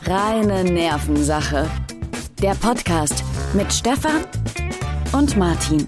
Reine Nervensache. Der Podcast mit Stefan und Martin.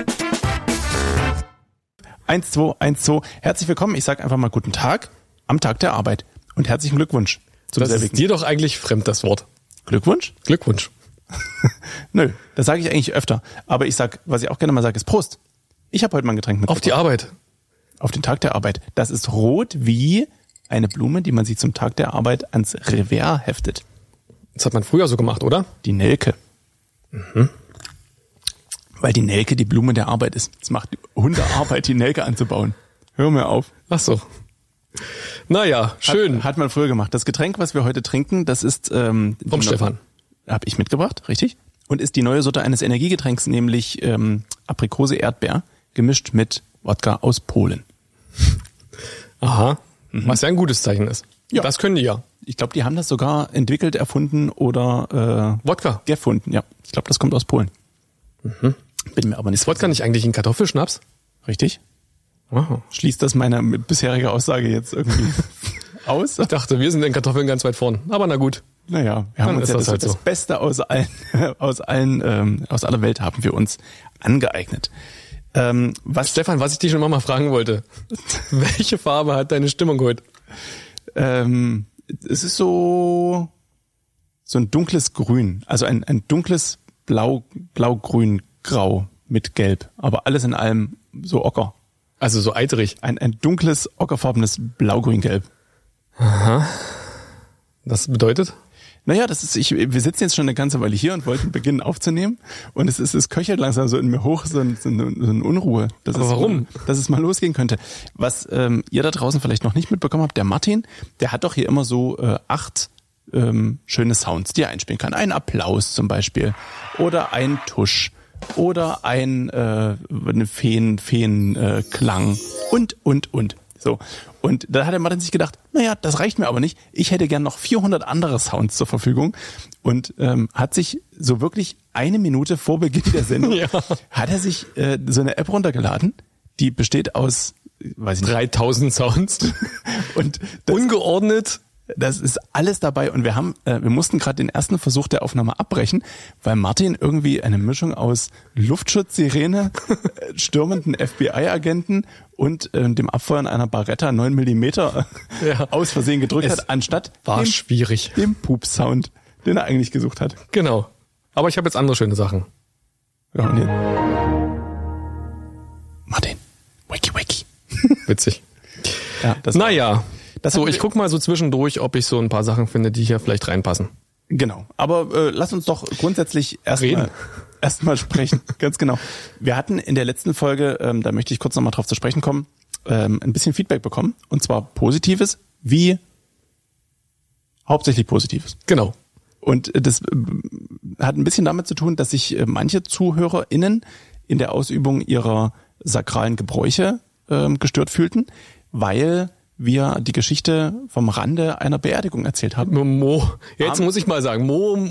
1, 2, 1, 2. Herzlich willkommen. Ich sage einfach mal guten Tag am Tag der Arbeit und herzlichen Glückwunsch. Das ist dir doch eigentlich fremd, das Wort. Glückwunsch? Glückwunsch. Nö, das sage ich eigentlich öfter. Aber ich sag, was ich auch gerne mal sage, ist Prost. Ich habe heute mal ein Getränk mitgebracht. Auf die Arbeit. Auf den Tag der Arbeit. Das ist rot wie eine Blume, die man sich zum Tag der Arbeit ans Revers heftet. Das hat man früher so gemacht, oder? Die Nelke. Mhm. Weil die Nelke die Blume der Arbeit ist. Es macht Hundearbeit, die Nelke anzubauen. Hör mir auf. Ach so. Naja, schön. Hat man früher gemacht. Das Getränk, was wir heute trinken, das ist vom Stefan. Habe ich mitgebracht, richtig? Und ist die neue Sorte eines Energiegetränks, nämlich Aprikose-Erdbeer, gemischt mit Wodka aus Polen. Aha. Was ja ein gutes Zeichen ist. Ja. Das können die ja. Ich glaube, die haben das sogar entwickelt, erfunden oder Wodka gefunden. Ja, ich glaube, das kommt aus Polen. Mhm. Bin mir aber nicht. Ist Wodka nicht eigentlich ein Kartoffelschnaps? Richtig. Aha. Schließt das meine bisherige Aussage jetzt irgendwie aus? Ich dachte, wir sind in Kartoffeln ganz weit vorn. Aber na gut. Naja, wir haben uns ja das Beste aus aller Welt haben wir uns angeeignet. Stefan, was ich dich schon mal fragen wollte. Welche Farbe hat deine Stimmung heute? Es ist so ein dunkles Grün, also ein dunkles Blau-Grün-Grau mit Gelb, aber alles in allem so ocker. Also so eiterig. Ein dunkles, ockerfarbenes Blau-Grün-Gelb. Aha. Das bedeutet? Naja, wir sitzen jetzt schon eine ganze Weile hier und wollten beginnen aufzunehmen und es köchelt langsam so in mir hoch, so eine Unruhe. Aber warum? Dass es mal losgehen könnte. Was ihr da draußen vielleicht noch nicht mitbekommen habt, der Martin, der hat doch hier immer so 8 schöne Sounds, die er einspielen kann. Ein Applaus zum Beispiel oder ein Tusch oder eine Feenklang und. So. Und da hat der Martin sich gedacht, naja, das reicht mir aber nicht. Ich hätte gern noch 400 andere Sounds zur Verfügung und hat sich so wirklich 1 Minute vor Beginn der Sendung, hat er sich so eine App runtergeladen, die besteht aus, weiß ich nicht, 3000 Sounds und ungeordnet. Das ist alles dabei und wir mussten gerade den ersten Versuch der Aufnahme abbrechen, weil Martin irgendwie eine Mischung aus Luftschutzsirene, stürmenden FBI-Agenten und dem Abfeuern einer Barretta 9mm aus Versehen gedrückt hat, anstatt dem Pup-Sound, den er eigentlich gesucht hat. Genau. Aber ich habe jetzt andere schöne Sachen. Ja, und Martin, wakey. Witzig. Ja, ich guck mal so zwischendurch, ob ich so ein paar Sachen finde, die hier vielleicht reinpassen. Genau. Aber lass uns doch grundsätzlich erstmal sprechen. Ganz genau. Wir hatten in der letzten Folge, da möchte ich kurz nochmal drauf zu sprechen kommen, ein bisschen Feedback bekommen. Und zwar Positives wie hauptsächlich Positives. Genau. Und das hat ein bisschen damit zu tun, dass sich manche ZuhörerInnen in der Ausübung ihrer sakralen Gebräuche gestört fühlten, weil wir die Geschichte vom Rande einer Beerdigung erzählt haben. Jetzt muss ich mal sagen,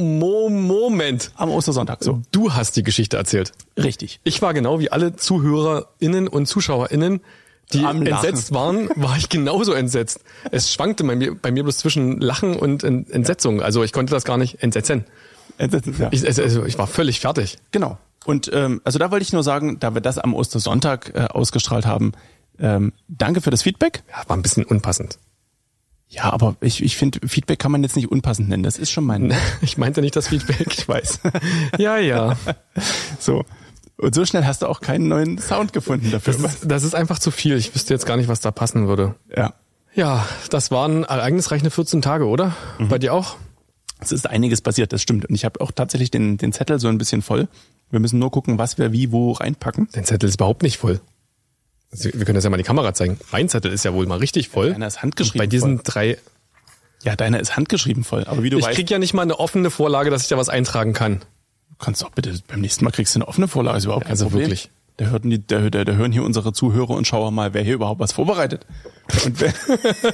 Moment. Am Ostersonntag, so. Du hast die Geschichte erzählt. Richtig. Ich war genau wie alle ZuhörerInnen und ZuschauerInnen, die entsetzt waren, war ich genauso entsetzt. Es schwankte bei mir bloß zwischen Lachen und Entsetzung. Also ich konnte das gar nicht entsetzen. Ja. Ich war völlig fertig. Genau. Und also da wollte ich nur sagen, da wir das am Ostersonntag ausgestrahlt haben, danke für das Feedback. Ja, war ein bisschen unpassend. Ja, aber ich finde, Feedback kann man jetzt nicht unpassend nennen. Das ist schon mein... Ich meinte nicht das Feedback. Ich weiß. Ja. So. Und so schnell hast du auch keinen neuen Sound gefunden dafür. Das ist einfach zu viel. Ich wüsste jetzt gar nicht, was da passen würde. Ja. Ja, das waren ereignisreiche 14 Tage, oder? Mhm. Bei dir auch? Es ist einiges passiert, das stimmt. Und ich habe auch tatsächlich den Zettel so ein bisschen voll. Wir müssen nur gucken, was wir wie wo reinpacken. Der Zettel ist überhaupt nicht voll. Also wir können das ja mal in die Kamera zeigen. Mein Zettel ist ja wohl mal richtig voll. Deiner ist handgeschrieben bei diesen voll. 3... Ja, deiner ist handgeschrieben voll. Aber wie du weißt... Ich krieg ja nicht mal eine offene Vorlage, dass ich da was eintragen kann. Du kannst doch bitte, beim nächsten Mal kriegst du eine offene Vorlage. Ist überhaupt kein Problem. Wirklich. Da hören hier unsere Zuhörer und Schauer mal, wer hier überhaupt was vorbereitet. Und wer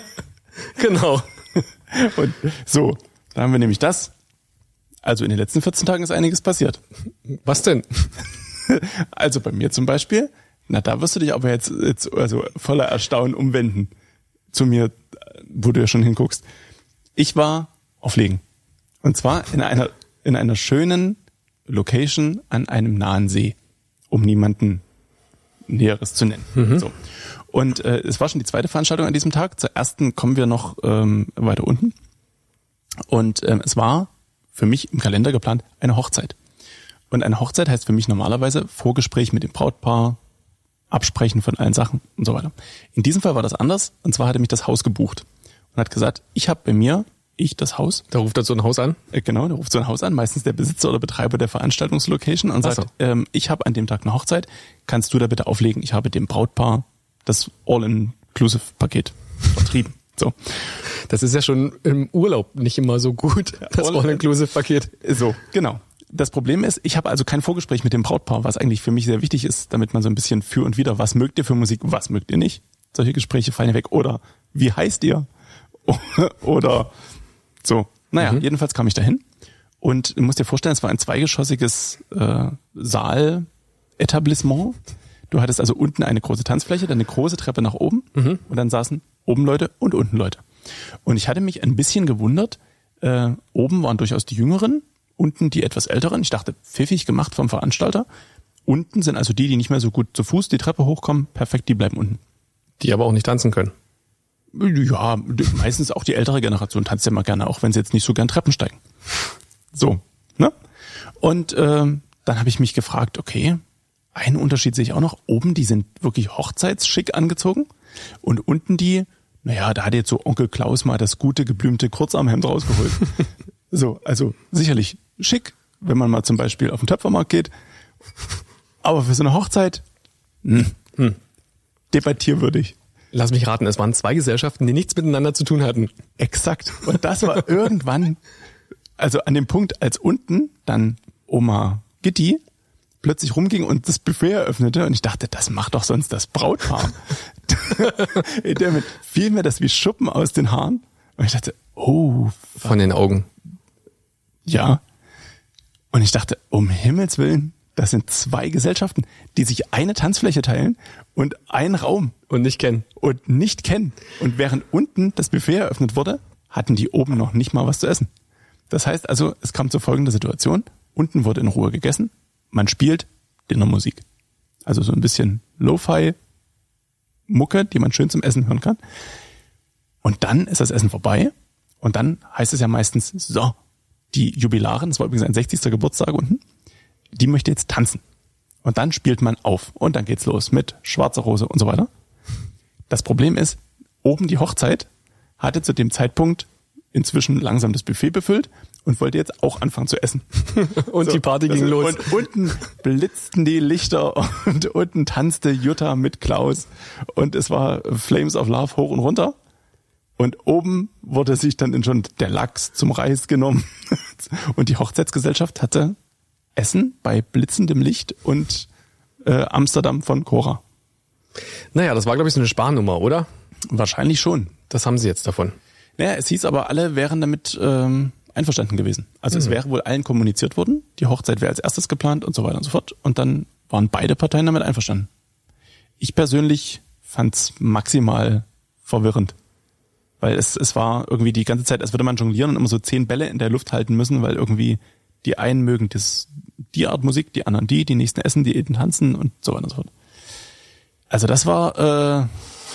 Genau. Und so, da haben wir nämlich das. Also in den letzten 14 Tagen ist einiges passiert. Was denn? Also bei mir zum Beispiel, na da wirst du dich aber jetzt also voller Erstaunen umwenden zu mir, wo du ja schon hinguckst. Ich war auflegen. Und zwar in einer schönen Location an einem nahen See, um niemanden Näheres zu nennen. So. Und es war schon die zweite Veranstaltung an diesem Tag. Zur ersten kommen wir noch weiter unten. Und es war für mich im Kalender geplant eine Hochzeit. Und eine Hochzeit heißt für mich normalerweise Vorgespräch mit dem Brautpaar, Absprechen von allen Sachen und so weiter. In diesem Fall war das anders. Und zwar hatte mich das Haus gebucht und hat gesagt, ich habe bei mir das Haus. Da ruft er so ein Haus an? Genau, da ruft so ein Haus an, meistens der Besitzer oder Betreiber der Veranstaltungslocation und sagt, ich habe an dem Tag eine Hochzeit, kannst du da bitte auflegen? Ich habe dem Brautpaar das All-Inclusive-Paket vertrieben. So. Das ist ja schon im Urlaub nicht immer so gut, das All-Inclusive-Paket. So, genau. Das Problem ist, ich habe also kein Vorgespräch mit dem Brautpaar, was eigentlich für mich sehr wichtig ist, damit man so ein bisschen für und wider, was mögt ihr für Musik, was mögt ihr nicht? Solche Gespräche fallen ja weg. Oder wie heißt ihr? Oder so. Naja, jedenfalls kam ich dahin und du musst dir vorstellen, es war ein zweigeschossiges Saal-Etablissement. Du hattest also unten eine große Tanzfläche, dann eine große Treppe nach oben und dann saßen oben Leute und unten Leute. Und ich hatte mich ein bisschen gewundert, oben waren durchaus die Jüngeren, unten die etwas Älteren. Ich dachte, pfiffig gemacht vom Veranstalter. Unten sind also die nicht mehr so gut zu Fuß die Treppe hochkommen. Perfekt, die bleiben unten. Die aber auch nicht tanzen können. Ja, meistens auch die ältere Generation tanzt ja mal gerne, auch wenn sie jetzt nicht so gern Treppen steigen. So, ne? Und dann habe ich mich gefragt, okay, einen Unterschied sehe ich auch noch. Oben, die sind wirklich hochzeitsschick angezogen. Und unten die, naja, da hat jetzt so Onkel Klaus mal das gute, geblümte Kurzarmhemd rausgeholt. So, also sicherlich schick, wenn man mal zum Beispiel auf den Töpfermarkt geht. Aber für so eine Hochzeit, debattierwürdig. Lass mich raten, es waren zwei Gesellschaften, die nichts miteinander zu tun hatten. Exakt. Und das war irgendwann, also an dem Punkt, als unten dann Oma Gitti plötzlich rumging und das Buffet eröffnete und ich dachte, das macht doch sonst das Brautpaar. Damit fiel mir das wie Schuppen aus den Haaren und ich dachte, oh. Von den Augen. Ja. Und ich dachte, um Himmels Willen, das sind zwei Gesellschaften, die sich eine Tanzfläche teilen und einen Raum. Und nicht kennen. Und während unten das Buffet eröffnet wurde, hatten die oben noch nicht mal was zu essen. Das heißt also, es kam zur folgenden Situation. Unten wurde in Ruhe gegessen. Man spielt Dinnermusik. Also so ein bisschen Lo-Fi-Mucke, die man schön zum Essen hören kann. Und dann ist das Essen vorbei. Und dann heißt es ja meistens, so, die Jubilarin, das war übrigens ein 60. Geburtstag unten, die möchte jetzt tanzen. Und dann spielt man auf. Und dann geht's los mit Schwarze Rose und so weiter. Das Problem ist, oben die Hochzeit hatte zu dem Zeitpunkt inzwischen langsam das Buffet befüllt und wollte jetzt auch anfangen zu essen. Und so, die Party ging los. Und unten blitzten die Lichter und unten tanzte Jutta mit Klaus. Und es war Flames of Love hoch und runter. Und oben wurde sich dann schon der Lachs zum Reis genommen. Und die Hochzeitsgesellschaft hatte Essen bei blitzendem Licht und Amsterdam von Cora. Naja, das war, glaube ich, so eine Sparnummer, oder? Wahrscheinlich schon. Das haben sie jetzt davon. Naja, es hieß aber, alle wären damit einverstanden gewesen. Also es wäre wohl allen kommuniziert worden, die Hochzeit wäre als erstes geplant und so weiter und so fort. Und dann waren beide Parteien damit einverstanden. Ich persönlich fand's maximal verwirrend. Weil es war irgendwie die ganze Zeit, als würde man jonglieren und immer so 10 Bälle in der Luft halten müssen, weil irgendwie die einen mögen die Art Musik, die anderen die nächsten essen, die eben tanzen und so weiter und so fort. Also das war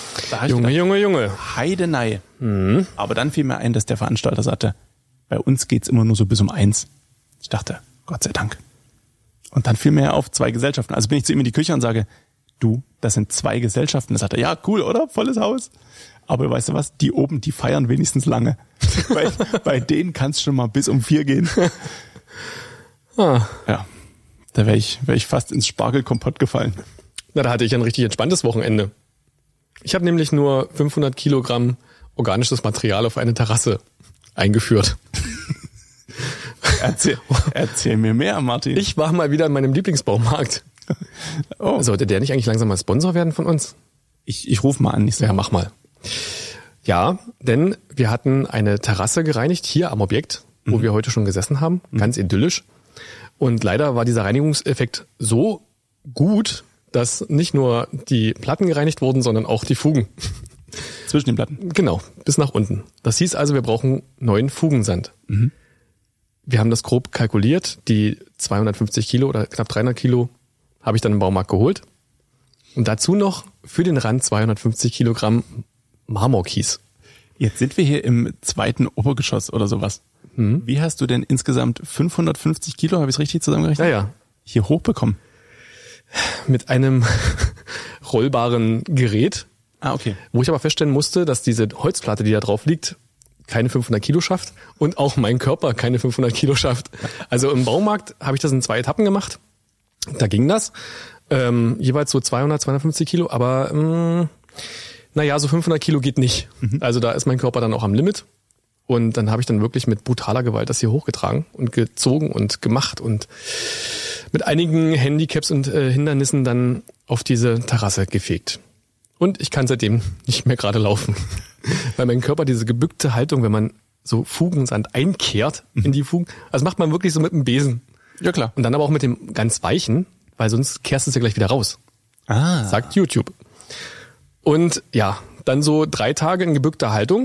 Junge. Heidenei. Aber dann fiel mir ein, dass der Veranstalter sagte, bei uns geht's immer nur so bis um 1. Ich dachte, Gott sei Dank. Und dann fiel mir auf 2 Gesellschaften. Also bin ich zu ihm in die Küche und sage, du, das sind 2 Gesellschaften. Da sagt er, ja, cool, oder? Volles Haus. Aber weißt du was? Die oben, die feiern wenigstens lange. Bei denen kann es schon mal bis um 4 gehen. Ja, da wäre ich fast ins Spargelkompott gefallen. Na, da hatte ich ein richtig entspanntes Wochenende. Ich habe nämlich nur 500 Kilogramm organisches Material auf eine Terrasse eingeführt. Erzähl mir mehr, Martin. Ich war mal wieder in meinem Lieblingsbaumarkt. Oh. Sollte der nicht eigentlich langsam mal Sponsor werden von uns? Ich rufe mal an. Ja, mach mal. Ja, denn wir hatten eine Terrasse gereinigt hier am Objekt, wo wir heute schon gesessen haben. Ganz idyllisch. Und leider war dieser Reinigungseffekt so gut, dass nicht nur die Platten gereinigt wurden, sondern auch die Fugen. Zwischen den Platten? Genau, bis nach unten. Das hieß also, wir brauchen neuen Fugensand. wir haben das grob kalkuliert. Die 250 Kilo oder knapp 300 Kilo habe ich dann im Baumarkt geholt. Und dazu noch für den Rand 250 Kilogramm Marmorkies. Jetzt sind wir hier im 2. Obergeschoss oder sowas. Wie hast du denn insgesamt 550 Kilo, habe ich es richtig zusammengerechnet? Ja. Hier hochbekommen? Mit einem rollbaren Gerät. Ah, okay. Wo ich aber feststellen musste, dass diese Holzplatte, die da drauf liegt, keine 500 Kilo schafft und auch mein Körper keine 500 Kilo schafft. Also im Baumarkt habe ich das in 2 Etappen gemacht. Da ging das. Jeweils so 250 Kilo, aber so 500 Kilo geht nicht. Also da ist mein Körper dann auch am Limit. Und dann habe ich dann wirklich mit brutaler Gewalt das hier hochgetragen und gezogen und gemacht und mit einigen Handicaps und Hindernissen dann auf diese Terrasse gefegt. Und ich kann seitdem nicht mehr gerade laufen. Weil mein Körper diese gebückte Haltung, wenn man so Fugensand einkehrt in die Fugen, also macht man wirklich so mit dem Besen. Ja, klar. Und dann aber auch mit dem ganz weichen, weil sonst kehrst du es ja gleich wieder raus. Ah. Sagt YouTube. Und ja, dann so 3 Tage in gebückter Haltung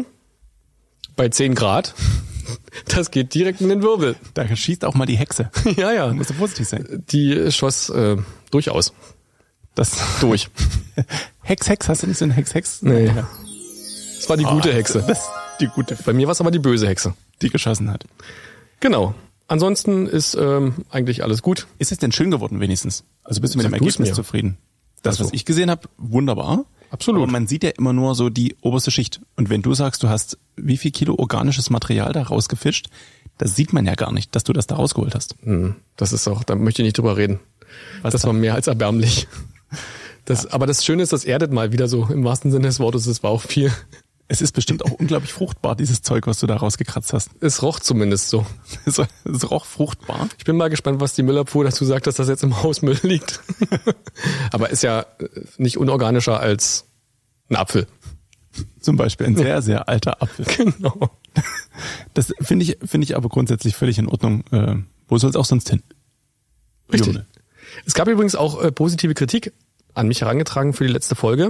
bei 10 Grad. Das geht direkt in den Wirbel. Da schießt auch mal die Hexe. Ja. Da musst du vorsichtig sein. Die schoss durchaus. Das Durch. Hex, hast du nicht so einen Hex? Nee. Das war die gute Hexe. Das ist die gute, Bei mir war es aber die böse Hexe. die geschossen hat. Genau. Ansonsten ist eigentlich alles gut. Ist es denn schön geworden wenigstens? Also bist du mit dem Sag du's Ergebnis mir. zufrieden? Das, was Also. ich gesehen habe, wunderbar. Absolut. Aber man sieht ja immer nur so die oberste Schicht. Und wenn du sagst, du hast wie viel Kilo organisches Material da rausgefischt, das sieht man ja gar nicht, dass du das da rausgeholt hast. Das ist auch, da möchte ich nicht drüber reden. Was Das da? war mehr als erbärmlich. Aber das Schöne ist, das erdet mal wieder so im wahrsten Sinne des Wortes. Es war auch viel. Es ist bestimmt auch unglaublich fruchtbar, dieses Zeug, was du da rausgekratzt hast. Es roch zumindest so. Es roch fruchtbar. Ich bin mal gespannt, was die Müllabfuhr dazu sagt, dass das jetzt im Hausmüll liegt. Aber ist ja nicht unorganischer als ein Apfel. Zum Beispiel ein sehr, sehr alter Apfel. Genau. Das finde ich aber grundsätzlich völlig in Ordnung. Wo soll es auch sonst hin? Richtig. Junge. Es gab übrigens auch positive Kritik an mich herangetragen für die letzte Folge.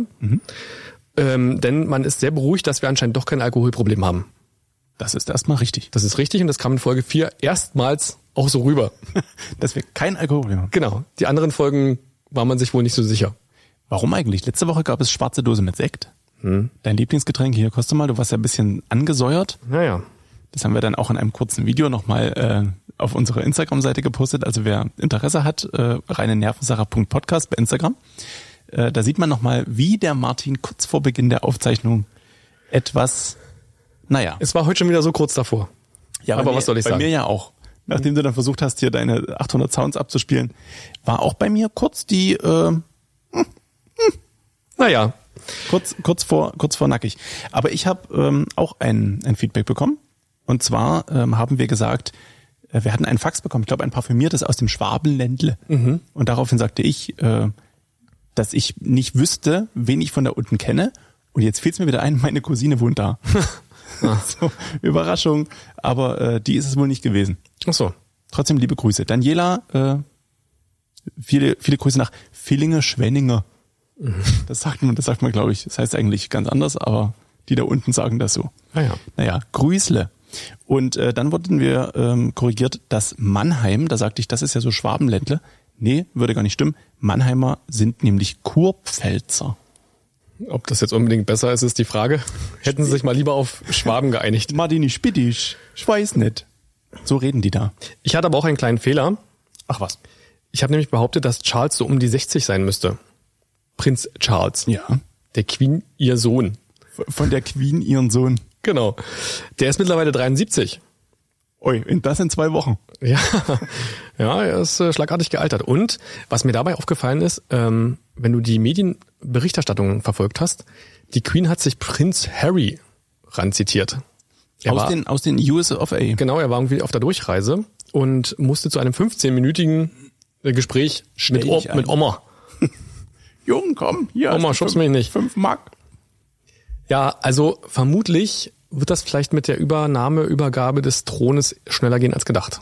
Denn man ist sehr beruhigt, dass wir anscheinend doch kein Alkoholproblem haben. Das ist erstmal richtig. Das ist richtig und das kam in Folge 4 erstmals auch so rüber. Dass wir kein Alkoholproblem haben. Genau. Die anderen Folgen war man sich wohl nicht so sicher. Warum eigentlich? Letzte Woche gab es schwarze Dose mit Sekt. Dein Lieblingsgetränk, hier, koste mal. Du warst ja ein bisschen angesäuert. Naja. Das haben wir dann auch in einem kurzen Video nochmal auf unserer Instagram-Seite gepostet. Also wer Interesse hat, reinenervensache.podcast bei Instagram. Da sieht man nochmal, wie der Martin kurz vor Beginn der Aufzeichnung etwas, Es war heute schon wieder so kurz davor. ja, aber was soll ich sagen? Bei mir ja auch. Nachdem du dann versucht hast, hier deine 800 Sounds abzuspielen, war auch bei mir kurz die, Naja. kurz vor nackig. Aber ich habe auch ein Feedback bekommen. Und zwar haben wir gesagt, wir hatten einen Fax bekommen, ich glaube ein parfümiertes aus dem Schwabenländle. Und daraufhin sagte ich, dass ich nicht wüsste, wen ich von da unten kenne. Und jetzt fiel es mir wieder ein, meine Cousine wohnt da. So, Überraschung, aber die ist es wohl nicht gewesen. Ach so. Trotzdem liebe Grüße. Daniela, viele Grüße nach Villinge-Schwenninge. Das sagt man, glaube ich. Das heißt eigentlich ganz anders, aber die da unten sagen das so. Naja, Grüßle. Und dann wurden wir korrigiert, dass Mannheim, da sagte ich, das ist ja so Schwabenländle. Nee, würde gar nicht stimmen. Mannheimer sind nämlich Kurpfälzer. Ob das jetzt unbedingt besser ist, ist die Frage. Hätten sie sich mal lieber auf Schwaben geeinigt. Martini Spittisch, ich weiß nicht. So reden die da. Ich hatte aber auch einen kleinen Fehler. Ach was. Ich habe nämlich behauptet, dass Charles so um die 60 sein müsste. Prinz Charles. Ja. Der Queen, ihr Sohn. Von der Queen, ihren Sohn. Genau. Der ist mittlerweile 73. Ui, und das in 2 Wochen. Ja, er ist schlagartig gealtert. Und was mir dabei aufgefallen ist, wenn du die Medienberichterstattung verfolgt hast, die Queen hat sich Prinz Harry ranzitiert. Aus den US of A. Genau, er war irgendwie auf der Durchreise und musste zu einem 15-minütigen Gespräch mit Oma. Jung, komm, hier. Oma, schubst mich nicht. 5 Mark. Ja, also vermutlich wird das vielleicht mit der Übergabe des Thrones schneller gehen als gedacht.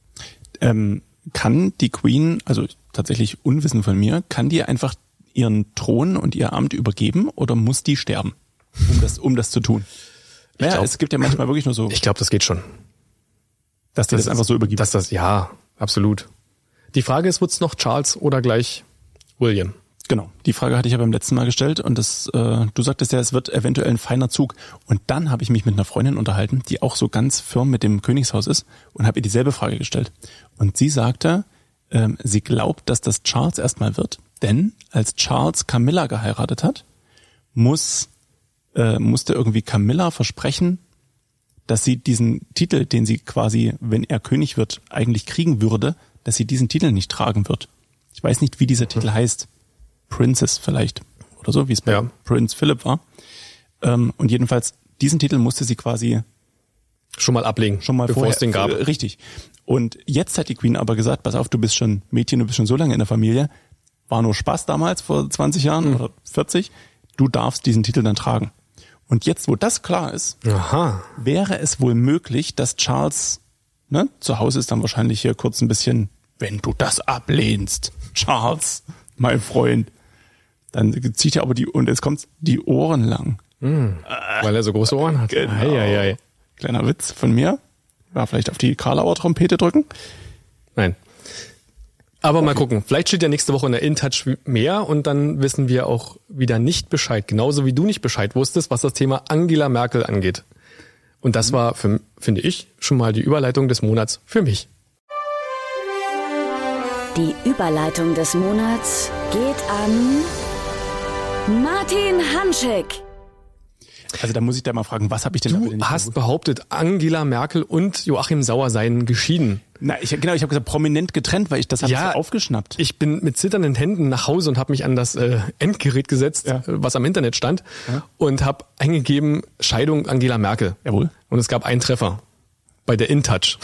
Kann die Queen, also tatsächlich Unwissen von mir, kann die einfach ihren Thron und ihr Amt übergeben oder muss die sterben, um das zu tun? Naja, es gibt ja manchmal wirklich nur so. Ich glaube, das geht schon. Dass der das einfach so übergibt. Ja, absolut. Die Frage ist, wird's noch Charles oder gleich William? Genau, die Frage hatte ich ja beim letzten Mal gestellt und du sagtest ja, es wird eventuell ein feiner Zug. Und dann habe ich mich mit einer Freundin unterhalten, die auch so ganz firm mit dem Königshaus ist und habe ihr dieselbe Frage gestellt. Und sie sagte, sie glaubt, dass das Charles erstmal wird, denn als Charles Camilla geheiratet hat, musste irgendwie Camilla versprechen, dass sie diesen Titel, den sie quasi, wenn er König wird, eigentlich kriegen würde, dass sie diesen Titel nicht tragen wird. Ich weiß nicht, wie dieser Titel heißt. Princess vielleicht oder so, wie es bei Prinz Philip war. Und jedenfalls, diesen Titel musste sie quasi schon mal ablegen, bevor es den gab. Richtig. Und jetzt hat die Queen aber gesagt, pass auf, du bist schon Mädchen, du bist schon so lange in der Familie. War nur Spaß damals, vor 20 Jahren oder 40. Du darfst diesen Titel dann tragen. Und jetzt, wo das klar ist, wäre es wohl möglich, dass Charles, zu Hause ist dann wahrscheinlich hier kurz ein bisschen, wenn du das ablehnst, Charles, mein Freund, dann zieht er aber und jetzt kommt's, die Ohren lang. Weil er so große Ohren hat. Genau. Ei. Kleiner Witz von mir. Ja, vielleicht auf die Karlauer Trompete drücken? Nein. Aber mal gucken. Vielleicht steht ja nächste Woche in der InTouch mehr und dann wissen wir auch wieder nicht Bescheid. Genauso wie du nicht Bescheid wusstest, was das Thema Angela Merkel angeht. Und das war, finde ich, schon mal die Überleitung des Monats für mich. Die Überleitung des Monats geht an Martin Hanschek. Also da muss ich da mal fragen, was habe ich denn da nicht hast gewusst? Behauptet, Angela Merkel und Joachim Sauer seien geschieden. Na, ich habe gesagt, prominent getrennt, weil das habe ich so aufgeschnappt. Ich bin mit zitternden Händen nach Hause und habe mich an das Endgerät gesetzt, was am Internet stand, und habe eingegeben, Scheidung Angela Merkel. Jawohl. Und es gab einen Treffer bei der InTouch.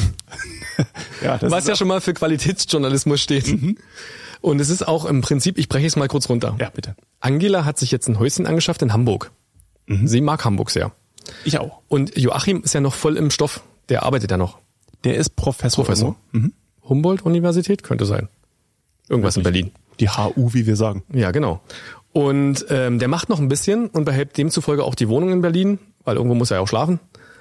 Was ja schon mal für Qualitätsjournalismus steht. Und es ist auch im Prinzip, ich breche es mal kurz runter. Ja, bitte. Angela hat sich jetzt ein Häuschen angeschafft in Hamburg. Sie mag Hamburg sehr. Ich auch. Und Joachim ist ja noch voll im Stoff. Der arbeitet ja noch. Der ist Professor. Humboldt-Universität könnte sein. Irgendwas in Berlin. Die HU, wie wir sagen. Ja, genau. Und der macht noch ein bisschen und behält demzufolge auch die Wohnung in Berlin, weil irgendwo muss er ja auch schlafen.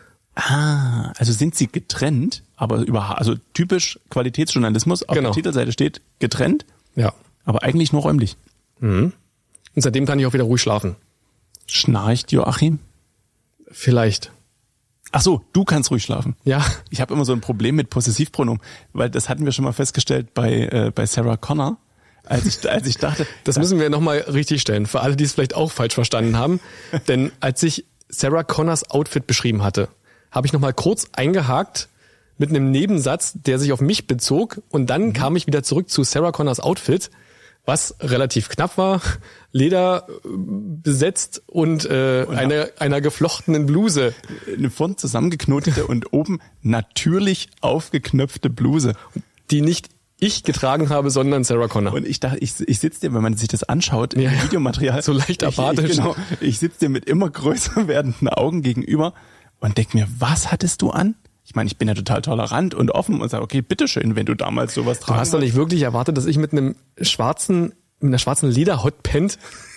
Also sind sie getrennt, aber also typisch Qualitätsjournalismus. Auf der Titelseite steht getrennt, aber eigentlich nur räumlich. Und seitdem kann ich auch wieder ruhig schlafen. Schnarcht Joachim? Vielleicht. Ach so, du kannst ruhig schlafen. Ja. Ich habe immer so ein Problem mit Possessivpronomen, weil das hatten wir schon mal festgestellt bei Sarah Connor, als ich dachte... Das müssen wir nochmal richtig stellen, für alle, die es vielleicht auch falsch verstanden haben. Denn als ich Sarah Connors Outfit beschrieben hatte, habe ich nochmal kurz eingehakt mit einem Nebensatz, der sich auf mich bezog. Und dann kam ich wieder zurück zu Sarah Connors Outfit, was relativ knapp war, Leder besetzt und einer geflochtenen Bluse. Eine vorn zusammengeknotete und oben natürlich aufgeknöpfte Bluse. Die nicht ich getragen habe, sondern Sarah Connor. Und ich dachte, ich sitze dir, wenn man sich das anschaut, im Videomaterial. So leicht apathisch. Ich sitze dir mit immer größer werdenden Augen gegenüber und denk mir, was hattest du an? Ich meine, ich bin ja total tolerant und offen und sage, okay, bitteschön, wenn du damals sowas tragen. Du hast doch nicht wirklich erwartet, dass ich mit einer schwarzen Leder-Hotpant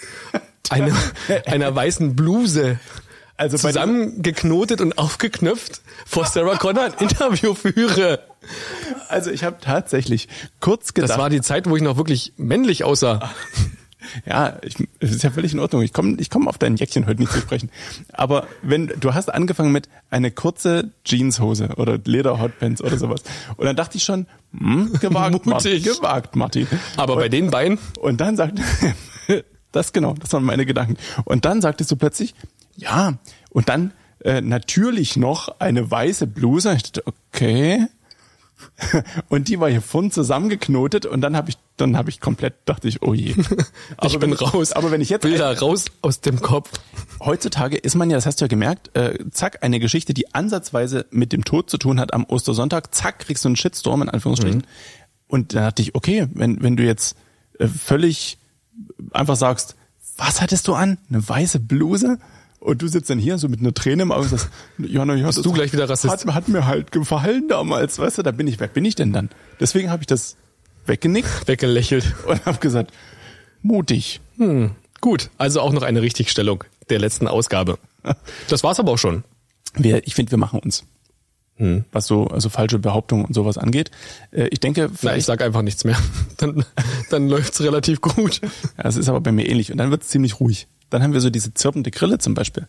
einer weißen Bluse zusammengeknotet und aufgeknöpft vor Sarah Connor ein Interview führe. Also ich habe tatsächlich kurz gedacht. Das war die Zeit, wo ich noch wirklich männlich aussah. Ja, es ist ja völlig in Ordnung. Ich komm auf dein Jäckchen heute nicht zu sprechen. Aber du hast angefangen mit eine kurze Jeanshose oder Leder-Hotpants oder sowas. Und dann dachte ich schon, gewagt, Martin. Aber bei den Beinen? Und dann sagte, das waren meine Gedanken. Und dann sagtest du plötzlich, ja, und dann natürlich noch eine weiße Bluse. Ich dachte, okay. Und die war hier vorn zusammengeknotet und dann habe ich komplett, dachte ich, oh je. Ich bin raus. Aber wenn ich jetzt Bilder raus aus dem Kopf. Heutzutage ist man ja, das hast du ja gemerkt, zack, eine Geschichte, die ansatzweise mit dem Tod zu tun hat am Ostersonntag, zack, kriegst du einen Shitstorm in Anführungsstrichen. Und dann dachte ich, okay, wenn du jetzt völlig einfach sagst, was hattest du an? Eine weiße Bluse? Und du sitzt dann hier so mit einer Träne im Auge und sagst, ja, bist du gleich wieder Rassist? Hat mir halt gefallen damals, weißt du, wer bin ich denn dann? Deswegen habe ich das weggelächelt und habe gesagt, mutig. Gut, also auch noch eine Richtigstellung der letzten Ausgabe. Das war's aber auch schon. Ich finde, wir machen uns. was so also falsche Behauptungen und sowas angeht. Ich denke, ich sag einfach nichts mehr. Dann läuft's relativ gut. Ja, das ist aber bei mir ähnlich. Und dann wird's ziemlich ruhig. Dann haben wir so diese zirpende Grille zum Beispiel.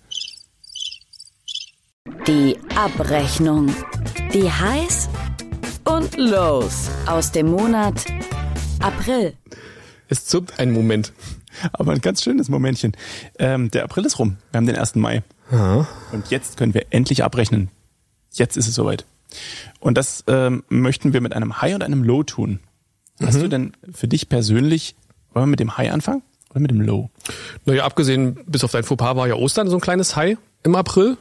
Die Abrechnung. Die Highs und Lows aus dem Monat April. Es zirpt ein Moment. Aber ein ganz schönes Momentchen. Der April ist rum. Wir haben den 1. Mai. Aha. Und jetzt können wir endlich abrechnen. Jetzt ist es soweit. Und das möchten wir mit einem High und einem Low tun. Hast du denn für dich persönlich, wollen wir mit dem High anfangen oder mit dem Low? Naja, abgesehen, bis auf dein Fauxpas war ja Ostern so ein kleines High im April.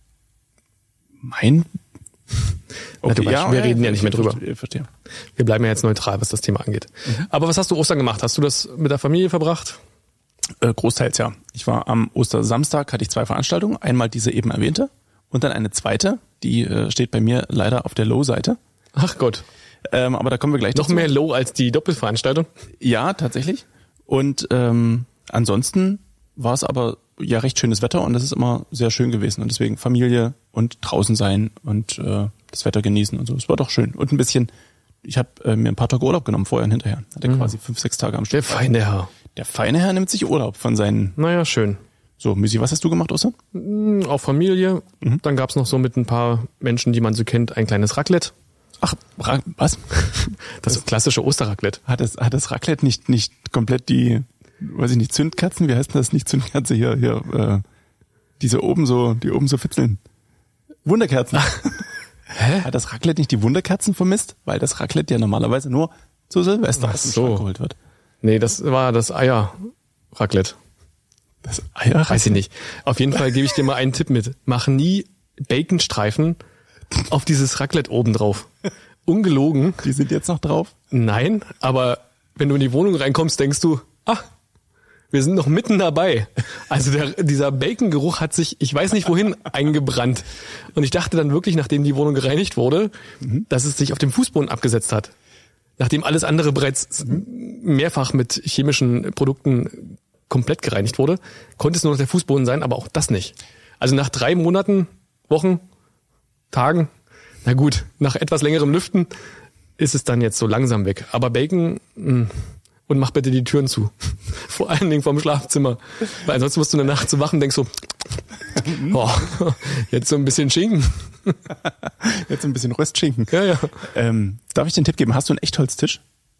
Mein? Okay, wir reden ja nicht mehr drüber. Ich verstehe. Wir bleiben ja jetzt neutral, was das Thema angeht. Aber was hast du Ostern gemacht? Hast du das mit der Familie verbracht? Großteils, ja. Ich war am Ostersamstag, hatte ich 2 Veranstaltungen. Einmal diese eben erwähnte und dann eine zweite, die steht bei mir leider auf der Low-Seite. Ach Gott. Aber da kommen wir gleich noch dazu. Mehr Low als die Doppelveranstaltung? Ja, tatsächlich. Und ansonsten war es aber ja recht schönes Wetter und das ist immer sehr schön gewesen. Und deswegen Familie und draußen sein und das Wetter genießen und so. Es war doch schön. Und ein bisschen, ich habe mir ein paar Tage Urlaub genommen, vorher und hinterher. Hatte quasi 5-6 Tage am Stück. Der feine Herr. Der feine Herr nimmt sich Urlaub von seinen... Naja, schön. So, Müsi, was hast du gemacht, Oster? Auch Familie. Dann gab's noch so mit ein paar Menschen, die man so kennt, ein kleines Raclette. Ach, was? Das klassische Osterraclette. Hat das Raclette nicht komplett die, weiß ich nicht, Zündkerzen? Wie heißt denn das? Nicht Zündkerze hier, diese oben so, die oben so fitzeln. Wunderkerzen. Hä? Hat das Raclette nicht die Wunderkerzen vermisst? Weil das Raclette ja normalerweise nur zu Silvester aus dem Schrank geholt wird. Nee, das war das Eier-Raclette. Das Eier? Weiß ich nicht. Auf jeden Fall gebe ich dir mal einen Tipp mit. Mach nie Baconstreifen auf dieses Raclette oben drauf. Ungelogen. Die sind jetzt noch drauf? Nein, aber wenn du in die Wohnung reinkommst, denkst du, wir sind noch mitten dabei. Also dieser Bacon-Geruch hat sich, ich weiß nicht wohin, eingebrannt. Und ich dachte dann wirklich, nachdem die Wohnung gereinigt wurde, dass es sich auf dem Fußboden abgesetzt hat. Nachdem alles andere bereits mehrfach mit chemischen Produkten komplett gereinigt wurde, konnte es nur noch der Fußboden sein, aber auch das nicht. Also nach 3 Monaten, Wochen, Tagen, na gut, nach etwas längerem Lüften ist es dann jetzt so langsam weg. Aber Bacon, und mach bitte die Türen zu. Vor allen Dingen vom Schlafzimmer. Weil ansonsten musst du in der Nacht so wach und denkst so, jetzt so ein bisschen Schinken. Jetzt ein bisschen Röstschinken. Ja. Darf ich dir einen Tipp geben? Hast du einen Echtholztisch?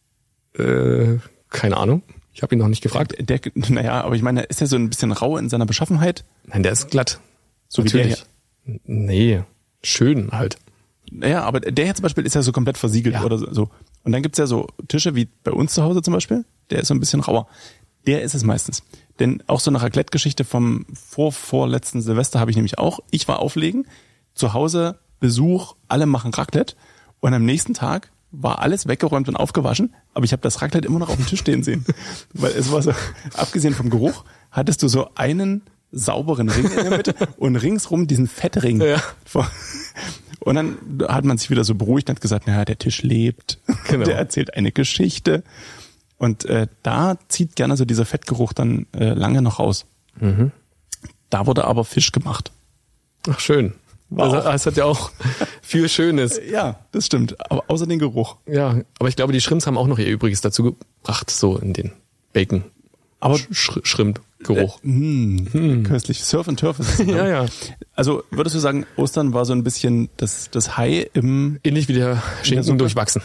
Keine Ahnung. Ich habe ihn noch nicht gefragt. Naja, aber ich meine, ist er so ein bisschen rau in seiner Beschaffenheit? Nein, der ist glatt. So natürlich. Wie der hier. Nee, schön halt. Naja, aber der hier zum Beispiel ist ja so komplett versiegelt oder so. Und dann gibt's ja so Tische wie bei uns zu Hause zum Beispiel. Der ist so ein bisschen rauer. Der ist es meistens. Denn auch so eine Raclette-Geschichte vom vorletzten Silvester habe ich nämlich auch. Ich war auflegen, zu Hause Besuch, alle machen Raclette. Und am nächsten Tag war alles weggeräumt und aufgewaschen, aber ich habe das Raclette immer noch auf dem Tisch stehen sehen. Weil es war so, abgesehen vom Geruch, hattest du so einen sauberen Ring in der Mitte und ringsrum diesen Fettring. Ja. Und dann hat man sich wieder so beruhigt und hat gesagt, naja, der Tisch lebt, genau. Der erzählt eine Geschichte. Und da zieht gerne so dieser Fettgeruch dann lange noch raus. Da wurde aber Fisch gemacht. Ach, schön. Das hat ja auch viel Schönes. Ja, das stimmt. Aber außer den Geruch. Ja, aber ich glaube, die Shrimps haben auch noch ihr Übriges dazu gebracht, so in den Bacon. Aber Shrimp-Geruch. Köstlich. Surf and Turf ist es. Ja. Also würdest du sagen, Ostern war so ein bisschen das High im... Ähnlich wie der Schinken durchwachsen.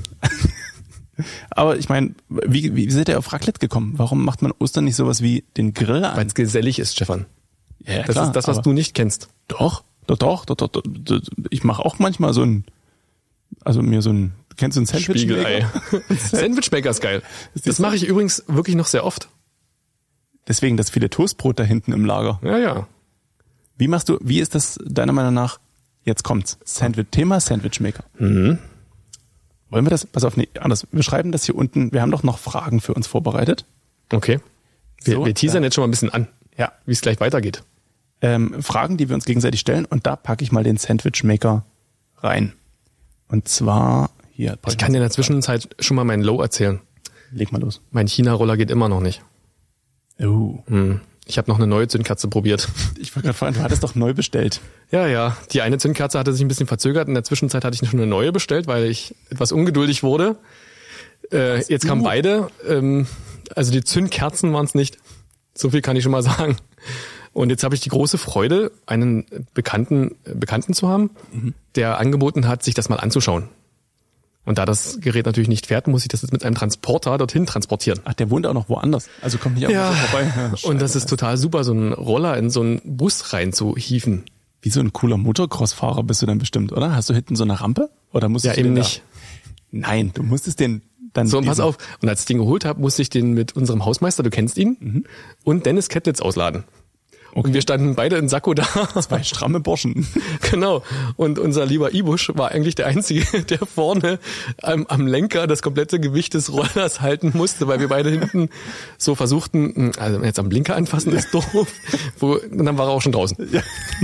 Aber ich meine, wie seid ihr auf Raclette gekommen? Warum macht man Ostern nicht sowas wie den Grill an? Weil es gesellig ist, Stefan. Ja, das klar, ist das, was du nicht kennst. Doch. Ich mache auch manchmal so ein, kennst du ein Sandwich-Maker? Spiegelei. Sandwich-Maker ist geil. Das mache ich übrigens wirklich noch sehr oft. Deswegen das viele Toastbrot da hinten im Lager. Ja. Wie ist das deiner Meinung nach, jetzt kommt's, Thema Sandwich-Maker. Wollen wir das, pass auf, nee, anders, wir schreiben das hier unten, wir haben doch noch Fragen für uns vorbereitet. Okay. Wir teasern jetzt schon mal ein bisschen an, ja, wie es gleich weitergeht. Fragen, die wir uns gegenseitig stellen, und da packe ich mal den Sandwich-Maker rein. Und zwar hier. Ich kann dir in der Zwischenzeit schon mal meinen Low erzählen. Leg mal los. Mein China-Roller geht immer noch nicht. Oh. Ich habe noch eine neue Zündkerze probiert. Ich wollte gerade fragen, du hattest doch neu bestellt. Ja. Die eine Zündkerze hatte sich ein bisschen verzögert. In der Zwischenzeit hatte ich schon eine neue bestellt, weil ich etwas ungeduldig wurde. Jetzt kamen beide. Also die Zündkerzen waren es nicht. So viel kann ich schon mal sagen. Und jetzt habe ich die große Freude, einen Bekannten zu haben, der angeboten hat, sich das mal anzuschauen. Und da das Gerät natürlich nicht fährt, muss ich das jetzt mit einem Transporter dorthin transportieren. Ach, der wohnt auch noch woanders. Also kommt nicht auch so vorbei. Ja, und das ist total super, so einen Roller in so einen Bus reinzuhieven. Wie so ein cooler Motocross-Fahrer bist du dann bestimmt, oder? Hast du hinten so eine Rampe? Oder musstest ja, du eben nicht. Nein, du musstest den dann... So, und pass auf. Und als ich den geholt habe, musste ich den mit unserem Hausmeister, du kennst ihn, und Dennis Kettlitz ausladen. Okay. Und wir standen beide in Sakko da. 2 stramme Burschen. Genau. Und unser lieber Ibusch war eigentlich der Einzige, der vorne am Lenker das komplette Gewicht des Rollers halten musste, weil wir beide hinten so versuchten, also jetzt am Blinker anfassen ist doof. Und dann war er auch schon draußen. Ja.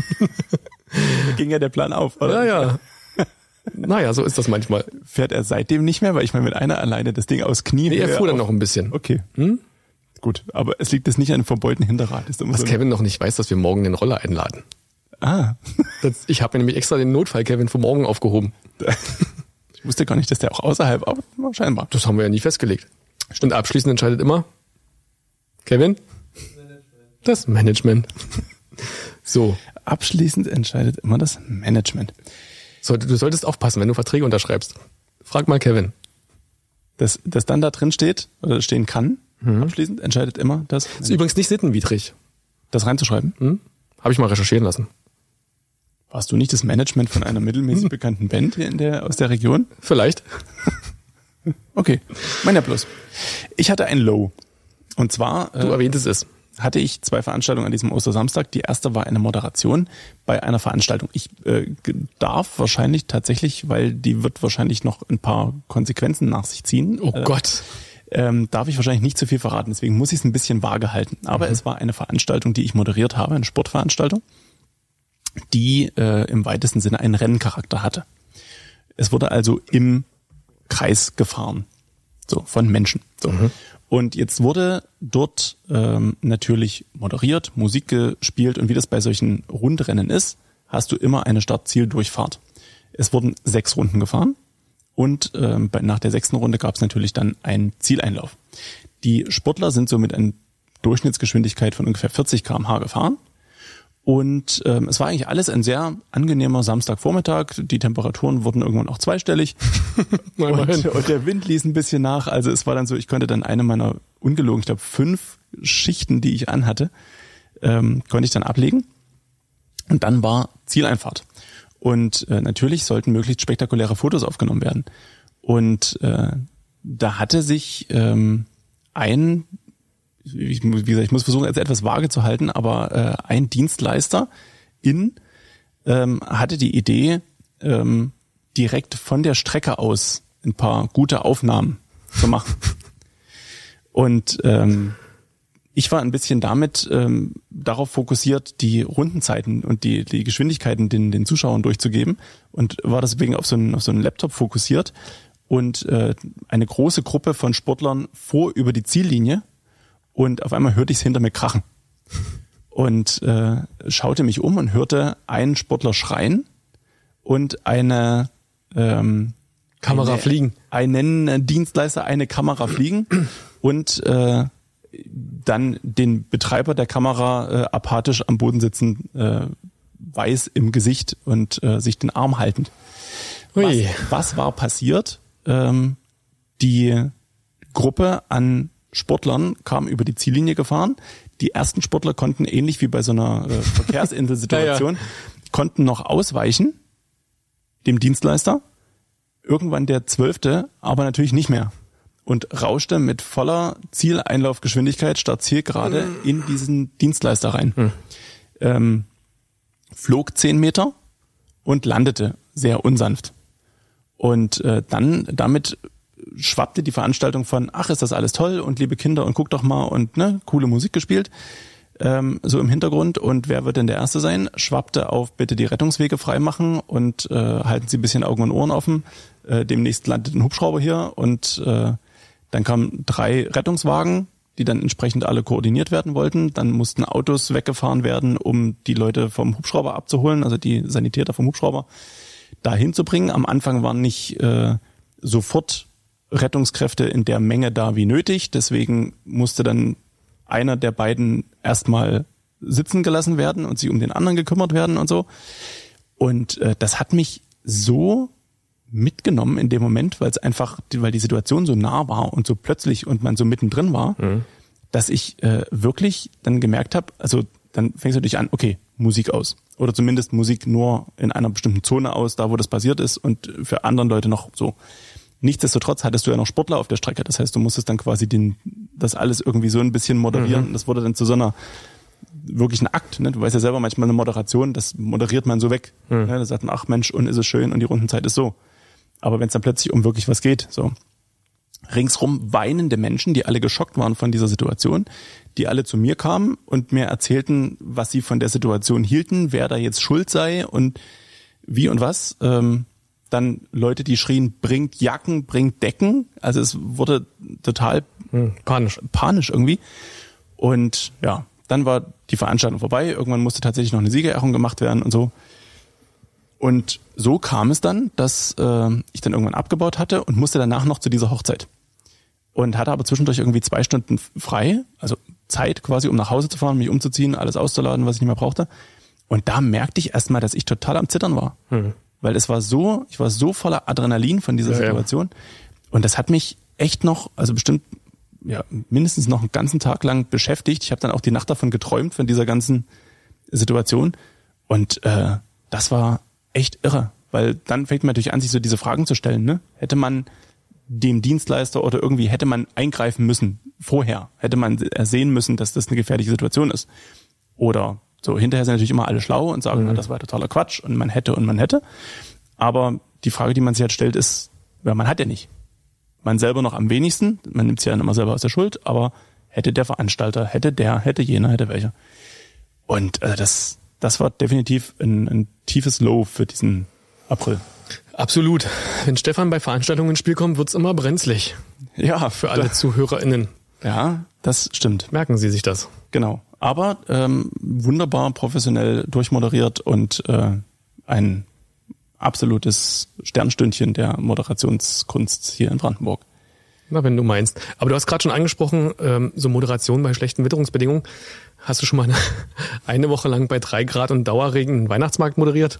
Ging ja der Plan auf, oder? Ja. Naja, so ist das manchmal. Fährt er seitdem nicht mehr, weil ich meine, mit einer alleine das Ding aus Knie... Nee, er fuhr dann noch ein bisschen. Okay. Gut, aber es liegt jetzt nicht an dem verbeulten Hinterrad. Ist immer was so Kevin noch nicht weiß, dass wir morgen den Roller einladen. Ah. Ich habe mir nämlich extra den Notfall-Kevin für morgen aufgehoben. Ich wusste gar nicht, dass der auch außerhalb, aber scheinbar. Das haben wir ja nie festgelegt. Und abschließend entscheidet immer Kevin? Das Management. So. Abschließend entscheidet immer das Management. So, du solltest aufpassen, wenn du Verträge unterschreibst. Frag mal Kevin. Das dann da drin steht oder stehen kann, abschließend entscheidet immer das. Ist übrigens nicht sittenwidrig. Das reinzuschreiben? Habe ich mal recherchieren lassen. Warst du nicht das Management von einer mittelmäßig bekannten Band hier aus der Region? Vielleicht. Okay, mein ja bloß. Ich hatte ein Low. Und zwar... Du erwähntest es. Hatte ich 2 Veranstaltungen an diesem Ostersamstag. Die erste war eine Moderation bei einer Veranstaltung. Ich darf wahrscheinlich tatsächlich, weil die wird wahrscheinlich noch ein paar Konsequenzen nach sich ziehen. Oh Gott. Darf ich wahrscheinlich nicht zu viel verraten. Deswegen muss ich es ein bisschen vage halten. Aber es war eine Veranstaltung, die ich moderiert habe, eine Sportveranstaltung, die im weitesten Sinne einen Renncharakter hatte. Es wurde also im Kreis gefahren. So, von Menschen. So. Und jetzt wurde dort natürlich moderiert, Musik gespielt und wie das bei solchen Rundrennen ist, hast du immer eine Start-Ziel-Durchfahrt. Es wurden 6 Runden gefahren und nach der 6. Runde gab es natürlich dann einen Zieleinlauf. Die Sportler sind so mit einer Durchschnittsgeschwindigkeit von ungefähr 40 km/h gefahren. Und es war eigentlich alles ein sehr angenehmer Samstagvormittag. Die Temperaturen wurden irgendwann auch zweistellig. und der Wind ließ ein bisschen nach. Also es war dann so, ich konnte dann eine meiner ungelogen, ich glaube 5 Schichten, die ich anhatte, konnte ich dann ablegen. Und dann war Zieleinfahrt. Und natürlich sollten möglichst spektakuläre Fotos aufgenommen werden. Und da hatte sich ich muss versuchen, es etwas vage zu halten, aber ein Dienstleister hatte die Idee, direkt von der Strecke aus ein paar gute Aufnahmen zu machen. Und ich war ein bisschen damit darauf fokussiert, die Rundenzeiten und die Geschwindigkeiten den Zuschauern durchzugeben und war deswegen auf so einen Laptop fokussiert und eine große Gruppe von Sportlern fuhr über die Ziellinie. Und auf einmal hörte ich es hinter mir krachen und schaute mich um und hörte einen Sportler schreien und eine Kamera fliegen. Einen Dienstleister eine Kamera fliegen und dann den Betreiber der Kamera apathisch am Boden sitzen, weiß im Gesicht und sich den Arm haltend. Was war passiert? Die Gruppe an Sportlern kamen über die Ziellinie gefahren. Die ersten Sportler konnten ähnlich wie bei so einer Verkehrsinsel-Situation, konnten noch ausweichen, dem Dienstleister. Irgendwann der 12., aber natürlich nicht mehr. Und rauschte mit voller Zieleinlaufgeschwindigkeit, Start-Zielgerade, in diesen Dienstleister rein. Flog 10 Meter und landete sehr unsanft. Und dann damit schwappte die Veranstaltung von, ach, ist das alles toll und liebe Kinder und guck doch mal und coole Musik gespielt, so im Hintergrund und wer wird denn der Erste sein? Schwappte auf, bitte die Rettungswege freimachen und halten Sie ein bisschen Augen und Ohren offen. Demnächst landet ein Hubschrauber hier und dann kamen 3 Rettungswagen, die dann entsprechend alle koordiniert werden wollten. Dann mussten Autos weggefahren werden, um die Leute vom Hubschrauber abzuholen, also die Sanitäter vom Hubschrauber dahin zu bringen. Am Anfang waren nicht sofort Rettungskräfte in der Menge da wie nötig. Deswegen musste dann einer der beiden erstmal sitzen gelassen werden und sich um den anderen gekümmert werden und so. Und das hat mich so mitgenommen in dem Moment, weil die Situation so nah war und so plötzlich und man so mittendrin war, dass ich wirklich dann gemerkt habe, also dann fängst du dich an, okay, Musik aus. Oder zumindest Musik nur in einer bestimmten Zone aus, da wo das passiert ist und für andere Leute noch so. Nichtsdestotrotz hattest du ja noch Sportler auf der Strecke. Das heißt, du musstest dann quasi das alles irgendwie so ein bisschen moderieren. Das wurde dann zu so einer wirklichen Akt. Ne? Du weißt ja selber, manchmal eine Moderation, das moderiert man so weg. Ne? Da sagt man, ach Mensch, und ist es schön und die Rundenzeit ist so. Aber wenn es dann plötzlich um wirklich was geht, so ringsrum weinende Menschen, die alle geschockt waren von dieser Situation, die alle zu mir kamen und mir erzählten, was sie von der Situation hielten, wer da jetzt schuld sei und wie und was. Dann Leute, die schrien, bringt Jacken, bringt Decken. Also es wurde total panisch irgendwie. Und ja, dann war die Veranstaltung vorbei. Irgendwann musste tatsächlich noch eine Siegerehrung gemacht werden und so. Und so kam es dann, dass ich dann irgendwann abgebaut hatte und musste danach noch zu dieser Hochzeit. Und hatte aber zwischendurch irgendwie 2 Stunden frei, also Zeit quasi, um nach Hause zu fahren, mich umzuziehen, alles auszuladen, was ich nicht mehr brauchte. Und da merkte ich erstmal, dass ich total am Zittern war. Weil ich war so voller Adrenalin von dieser Situation. Ja. Und das hat mich echt noch, also bestimmt mindestens noch einen ganzen Tag lang beschäftigt. Ich habe dann auch die Nacht davon geträumt, von dieser ganzen Situation. Und das war echt irre, weil dann fängt man natürlich an, sich so diese Fragen zu stellen. Ne? Hätte man dem Dienstleister oder irgendwie hätte man eingreifen müssen vorher? Hätte man ersehen müssen, dass das eine gefährliche Situation ist? Oder so, hinterher sind natürlich immer alle schlau und sagen, na, das war totaler Quatsch und man hätte. Aber die Frage, die man sich halt stellt, ist, ja, man hat ja nicht. Man selber noch am wenigsten, man nimmt es ja dann immer selber aus der Schuld, aber hätte der Veranstalter, hätte jener, hätte welcher. Und das war definitiv ein tiefes Low für diesen April. Absolut. Wenn Stefan bei Veranstaltungen ins Spiel kommt, wird's immer brenzlig. Ja. Für alle ZuhörerInnen. Ja, das stimmt. Merken Sie sich das. Genau. Aber wunderbar professionell durchmoderiert und ein absolutes Sternstündchen der Moderationskunst hier in Brandenburg. Na, wenn du meinst. Aber du hast gerade schon angesprochen, so Moderation bei schlechten Witterungsbedingungen. Hast du schon mal eine Woche lang bei 3 Grad und Dauerregen einen Weihnachtsmarkt moderiert?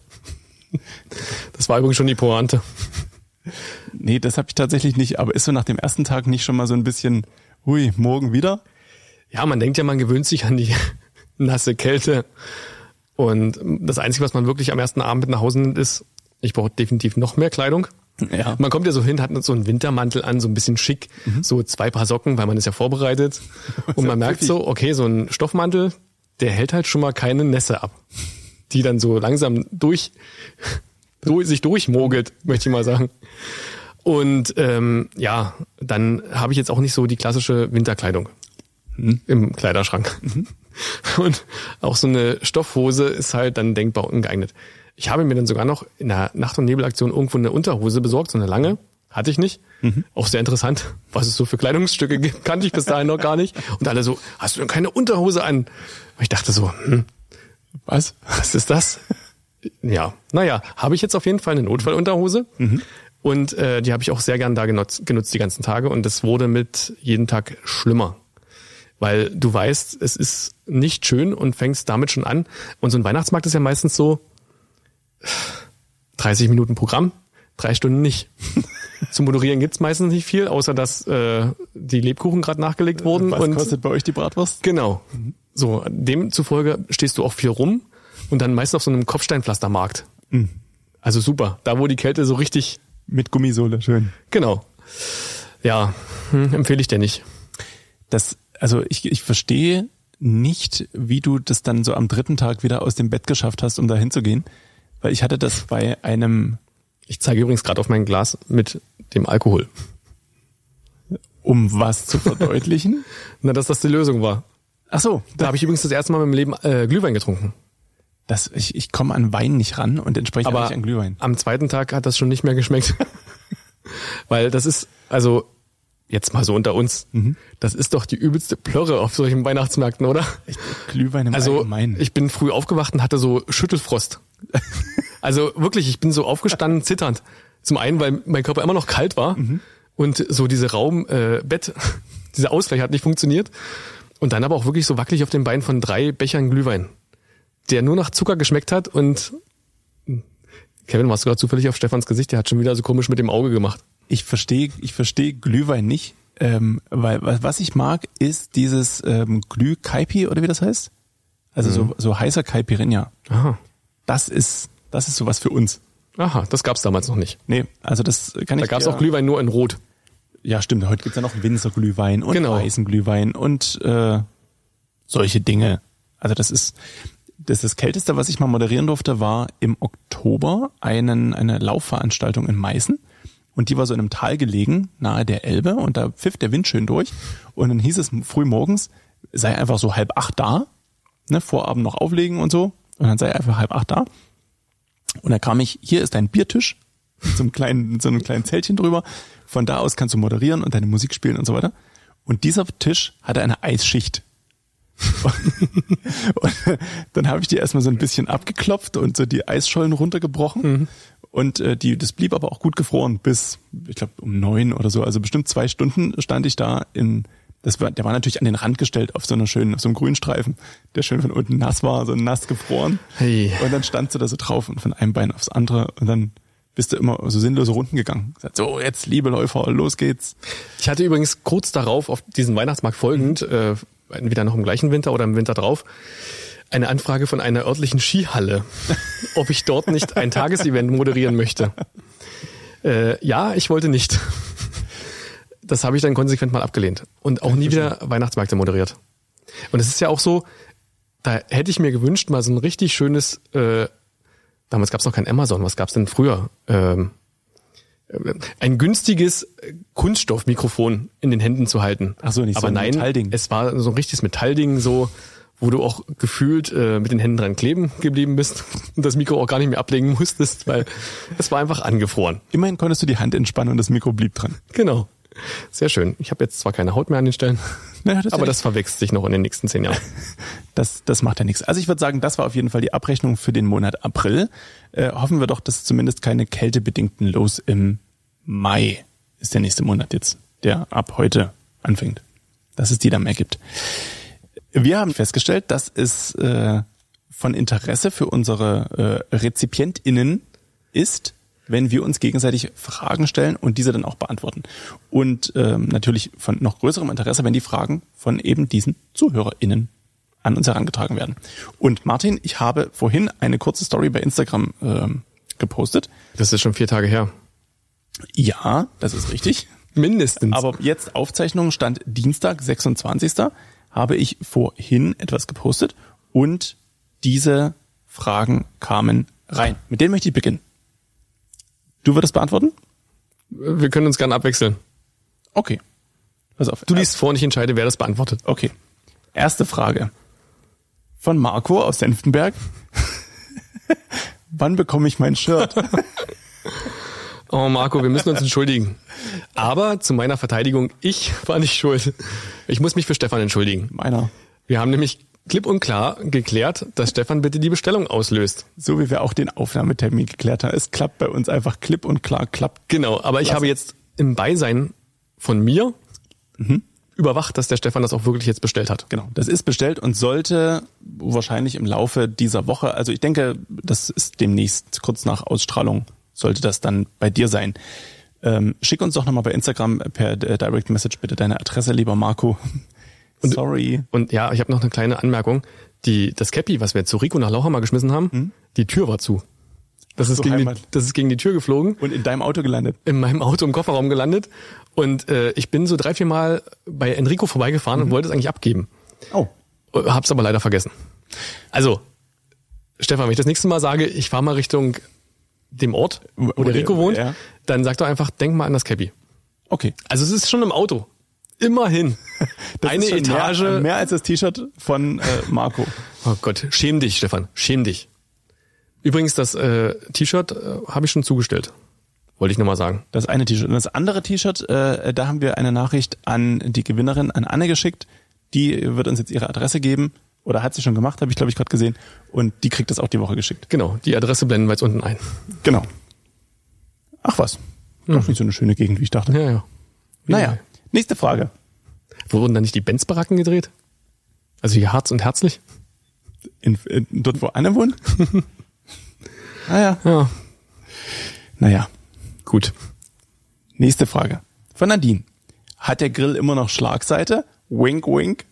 Das war übrigens schon die Pointe. Nee, das habe ich tatsächlich nicht. Aber ist so nach dem ersten Tag nicht schon mal so ein bisschen, hui, morgen wieder? Ja, man denkt ja, man gewöhnt sich an die nasse Kälte. Und das Einzige, was man wirklich am ersten Abend mit nach Hause nimmt, ist, ich brauche definitiv noch mehr Kleidung. Ja. Man kommt ja so hin, hat so einen Wintermantel an, so ein bisschen schick, so 2 Paar Socken, weil man ist ja vorbereitet. Und man merkt so, okay, so ein Stoffmantel, der hält halt schon mal keine Nässe ab, die dann so langsam sich durchmogelt, möchte ich mal sagen. Und ja, dann habe ich jetzt auch nicht so die klassische Winterkleidung im Kleiderschrank. Und auch so eine Stoffhose ist halt dann denkbar ungeeignet. Ich habe mir dann sogar noch in der Nacht- und Nebelaktion irgendwo eine Unterhose besorgt, so eine lange. Hatte ich nicht. Auch sehr interessant, was es so für Kleidungsstücke gibt, kannte ich bis dahin noch gar nicht. Und alle so, hast du denn keine Unterhose an? Und ich dachte so, was ist das? Ja, naja, habe ich jetzt auf jeden Fall eine Notfallunterhose. Und die habe ich auch sehr gern da genutzt die ganzen Tage. Und das wurde mit jedem Tag schlimmer. Weil du weißt, es ist nicht schön und fängst damit schon an. Und so ein Weihnachtsmarkt ist ja meistens so 30 Minuten Programm, 3 Stunden nicht. Zu moderieren gibt's meistens nicht viel, außer dass die Lebkuchen gerade nachgelegt wurden. Was kostet bei euch die Bratwurst? Genau. So, demzufolge stehst du auch viel rum und dann meist auf so einem Kopfsteinpflastermarkt. Also super, da wo die Kälte so richtig... Mit Gummisohle, schön. Genau. Ja, empfehle ich dir nicht. Also ich verstehe nicht, wie du das dann so am 3. Tag wieder aus dem Bett geschafft hast, um da hinzugehen. Weil ich hatte das bei einem... Ich zeige übrigens gerade auf mein Glas mit dem Alkohol. Um was zu verdeutlichen? Na, dass das die Lösung war. Ach so. Da habe ich übrigens das erste Mal in meinem Leben Glühwein getrunken. Ich komme an Wein nicht ran und entsprechend auch nicht an Glühwein. Am 2. Tag hat das schon nicht mehr geschmeckt. Weil das ist, also jetzt mal so unter uns, das ist doch die übelste Plörre auf solchen Weihnachtsmärkten, oder? Echt, Glühwein im Also Allgemeinen. ich bin früh aufgewacht und hatte so Schüttelfrost. Also wirklich, ich bin so aufgestanden, zitternd. Zum einen, weil mein Körper immer noch kalt war und so diese Bett, dieser Ausgleich hat nicht funktioniert. Und dann aber auch wirklich so wackelig auf den Beinen von 3 Bechern Glühwein, der nur nach Zucker geschmeckt hat. Und Kevin, warst du gerade zufällig auf Stefans Gesicht? Der hat schon wieder so komisch mit dem Auge gemacht. Ich verstehe Glühwein nicht, weil was ich mag, ist dieses Glühkaipi oder wie das heißt. Also so heißer Caipirinha. Aha. Das ist sowas für uns. Aha, das gab's damals noch nicht. Nee, also das kann ich. Da gab's auch Glühwein nur in Rot. Ja, stimmt. Heute gibt's ja noch Winzerglühwein und Genau. weißen Glühwein und solche Dinge. Also das Kälteste, was ich mal moderieren durfte, war im Oktober eine Laufveranstaltung in Meißen. Und die war so in einem Tal gelegen, nahe der Elbe. Und da pfiff der Wind schön durch. Und dann hieß es früh morgens, sei einfach so 7:30 da. Ne, Vorabend noch auflegen und so. Und dann sei einfach 7:30 da. Und da kam ich, hier ist dein Biertisch. Mit so einem kleinen Zeltchen drüber. Von da aus kannst du moderieren und deine Musik spielen und so weiter. Und dieser Tisch hatte eine Eisschicht. Und dann habe ich die erstmal so ein bisschen abgeklopft und so die Eisschollen runtergebrochen. Und das blieb aber auch gut gefroren bis, ich glaube, um 9 oder so. Also bestimmt 2 Stunden stand ich da der war natürlich an den Rand gestellt auf so einem Grünstreifen, der schön von unten nass war, so nass gefroren. Hey. Und dann standst du da so drauf und von einem Bein aufs andere und dann bist du immer so sinnlose Runden gegangen. Gesagt, so, jetzt, liebe Läufer, los geht's. Ich hatte übrigens kurz darauf, auf diesen Weihnachtsmarkt folgend, entweder noch im gleichen Winter oder im Winter drauf, eine Anfrage von einer örtlichen Skihalle, ob ich dort nicht ein Tagesevent moderieren möchte. Ja, ich wollte nicht. Das habe ich dann konsequent mal abgelehnt und auch nie wieder Weihnachtsmärkte moderiert. Und es ist ja auch so, da hätte ich mir gewünscht, mal so ein richtig schönes, damals gab es noch kein Amazon, was gab es denn früher? Ein günstiges Kunststoffmikrofon in den Händen zu halten. Ach so, nicht aber so ein nein, Metallding. Es war so ein richtiges Metallding, so, wo du auch gefühlt mit den Händen dran kleben geblieben bist und das Mikro auch gar nicht mehr ablegen musstest, weil es war einfach angefroren. Immerhin konntest du die Hand entspannen und das Mikro blieb dran. Genau. Sehr schön. Ich habe jetzt zwar keine Haut mehr an den Stellen, Naja, aber das verwächst sich noch in den nächsten 10 Jahren. Das macht ja nichts. Also ich würde sagen, das war auf jeden Fall die Abrechnung für den Monat April. Hoffen wir doch, dass zumindest keine kältebedingten Los im Mai ist der nächste Monat jetzt, der ab heute anfängt. Dass es die dann mehr gibt. Wir haben festgestellt, dass es von Interesse für unsere RezipientInnen ist, wenn wir uns gegenseitig Fragen stellen und diese dann auch beantworten. Und natürlich von noch größerem Interesse, wenn die Fragen von eben diesen ZuhörerInnen an uns herangetragen werden. Und Martin, ich habe vorhin eine kurze Story bei Instagram gepostet. Das ist schon 4 Tage her. Ja, das ist richtig. Mindestens. Aber jetzt Aufzeichnung stand Dienstag, 26. habe ich vorhin etwas gepostet und diese Fragen kamen rein. Mit denen möchte ich beginnen. Du würdest beantworten? Wir können uns gerne abwechseln. Okay. Pass auf. Du liest vor und ich entscheide, wer das beantwortet. Okay. Erste Frage. Von Marco aus Senftenberg. Wann bekomme ich mein Shirt? Oh Marco, wir müssen uns entschuldigen. Aber zu meiner Verteidigung, ich war nicht schuld. Ich muss mich für Stefan entschuldigen. Meiner. Wir haben nämlich klipp und klar geklärt, dass Stefan bitte die Bestellung auslöst. So wie wir auch den Aufnahmetermin geklärt haben. Es klappt bei uns einfach klipp und klar, klappt. Genau, aber ich habe jetzt im Beisein von mir überwacht, dass der Stefan das auch wirklich jetzt bestellt hat. Genau, das ist bestellt und sollte wahrscheinlich im Laufe dieser Woche, also ich denke, das ist demnächst kurz nach Ausstrahlung, sollte das dann bei dir sein. Schick uns doch nochmal bei Instagram per Direct Message bitte deine Adresse, lieber Marco. Sorry. Und ja, ich habe noch eine kleine Anmerkung. Das Käppi, was wir zu Rico nach Lauchhammer geschmissen haben, die Tür war zu. Das ist gegen die Tür geflogen. Und in deinem Auto gelandet? In meinem Auto im Kofferraum gelandet. Und ich bin so 3-4 Mal bei Enrico vorbeigefahren und wollte es eigentlich abgeben. Oh. Hab's aber leider vergessen. Also, Stefan, wenn ich das nächste Mal sage, ich fahre mal Richtung dem Ort, wo der Rico wohnt, ja. Dann sag doch einfach, denk mal an das Käppi. Okay. Also es ist schon im Auto. Immerhin. Das eine ist schon Etage. Mehr als das T-Shirt von Marco. Oh Gott, schäm dich, Stefan. Schäm dich. Übrigens, das T-Shirt habe ich schon zugestellt. Wollte ich nochmal sagen. Das eine T-Shirt. Und das andere T-Shirt, da haben wir eine Nachricht an die Gewinnerin, an Anne geschickt. Die wird uns jetzt ihre Adresse geben. Oder hat sie schon gemacht, habe ich glaube ich gerade gesehen. Und die kriegt das auch die Woche geschickt. Genau, die Adresse blenden wir jetzt unten ein. Genau. Ach was. Doch nicht so eine schöne Gegend, wie ich dachte. Ja. Naja, nächste Frage. Wurden da nicht die Benz-Baracken gedreht? Also hier Harz und Herzlich? Dort, wo Anne wohnt? Ja. Naja, Gut. nächste Frage. Von Nadine. Hat der Grill immer noch Schlagseite? Wink, wink.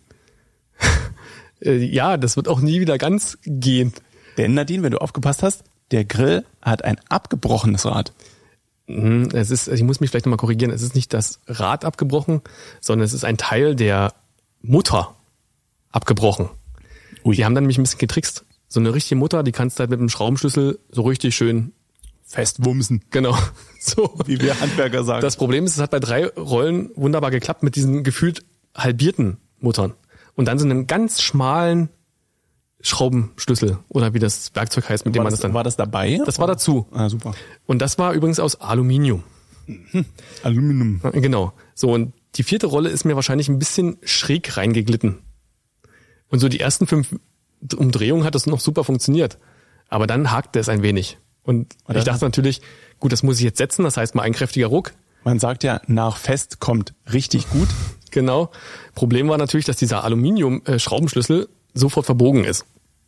Ja, das wird auch nie wieder ganz gehen. Denn Nadine, wenn du aufgepasst hast, der Grill hat ein abgebrochenes Rad. Ich muss mich vielleicht nochmal korrigieren, es ist nicht das Rad abgebrochen, sondern es ist ein Teil der Mutter abgebrochen. Ui. Die haben dann nämlich ein bisschen getrickst. So eine richtige Mutter, die kannst du halt mit dem Schraubenschlüssel so richtig schön, Festwumsen, genau, so. wie wir Handwerker sagen. Das Problem ist, es hat bei 3 Rollen wunderbar geklappt mit diesen gefühlt halbierten Muttern. Und dann so einem ganz schmalen Schraubenschlüssel oder wie das Werkzeug heißt, mit dem man das dann... War das dabei? Das war dazu. Ah, super. Und das war übrigens aus Aluminium. Aluminium. Genau. So, und die 4. Rolle ist mir wahrscheinlich ein bisschen schräg reingeglitten. Und so die ersten 5 Umdrehungen hat das noch super funktioniert. Aber dann hakte es ein wenig. Und ich dachte natürlich, gut, das muss ich jetzt setzen, das heißt mal ein kräftiger Ruck. Man sagt ja, nach Fest kommt richtig gut. Genau. Problem war natürlich, dass dieser Aluminium-Schraubenschlüssel sofort verbogen ist.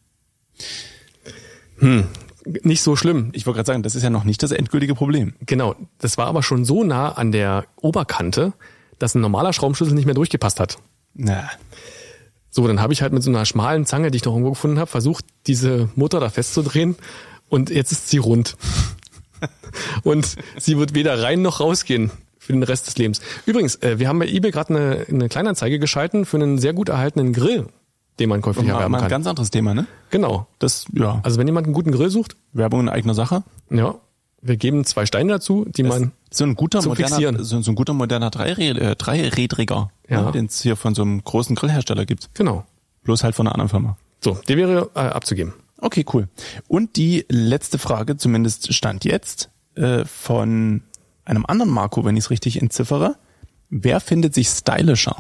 Nicht so schlimm. Ich wollte gerade sagen, das ist ja noch nicht das endgültige Problem. Genau. Das war aber schon so nah an der Oberkante, dass ein normaler Schraubenschlüssel nicht mehr durchgepasst hat. Na, So, dann habe ich halt mit so einer schmalen Zange, die ich noch irgendwo gefunden habe, versucht, diese Mutter da festzudrehen. Und jetzt ist sie rund. Und sie wird weder rein noch rausgehen für den Rest des Lebens. Übrigens, wir haben bei eBay gerade eine Kleinanzeige geschalten für einen sehr gut erhaltenen Grill, den man käuflich erwerben mal ein kann. ganz anderes Thema, ne? Genau. Das, ja, Also wenn jemand einen guten Grill sucht, Werbung in eigener Sache. ja, wir geben 2 Steine dazu, die man... So ein guter zum Fixieren. moderner, so ein guter moderner Dreirädriger, Ja. ne, den es hier von so einem großen Grillhersteller gibt. Genau. Bloß halt von einer anderen Firma. So, der wäre abzugeben. Okay, cool. Und die letzte Frage, zumindest stand jetzt, von einem anderen Marco, wenn ich es richtig entziffere. Wer findet sich stylischer?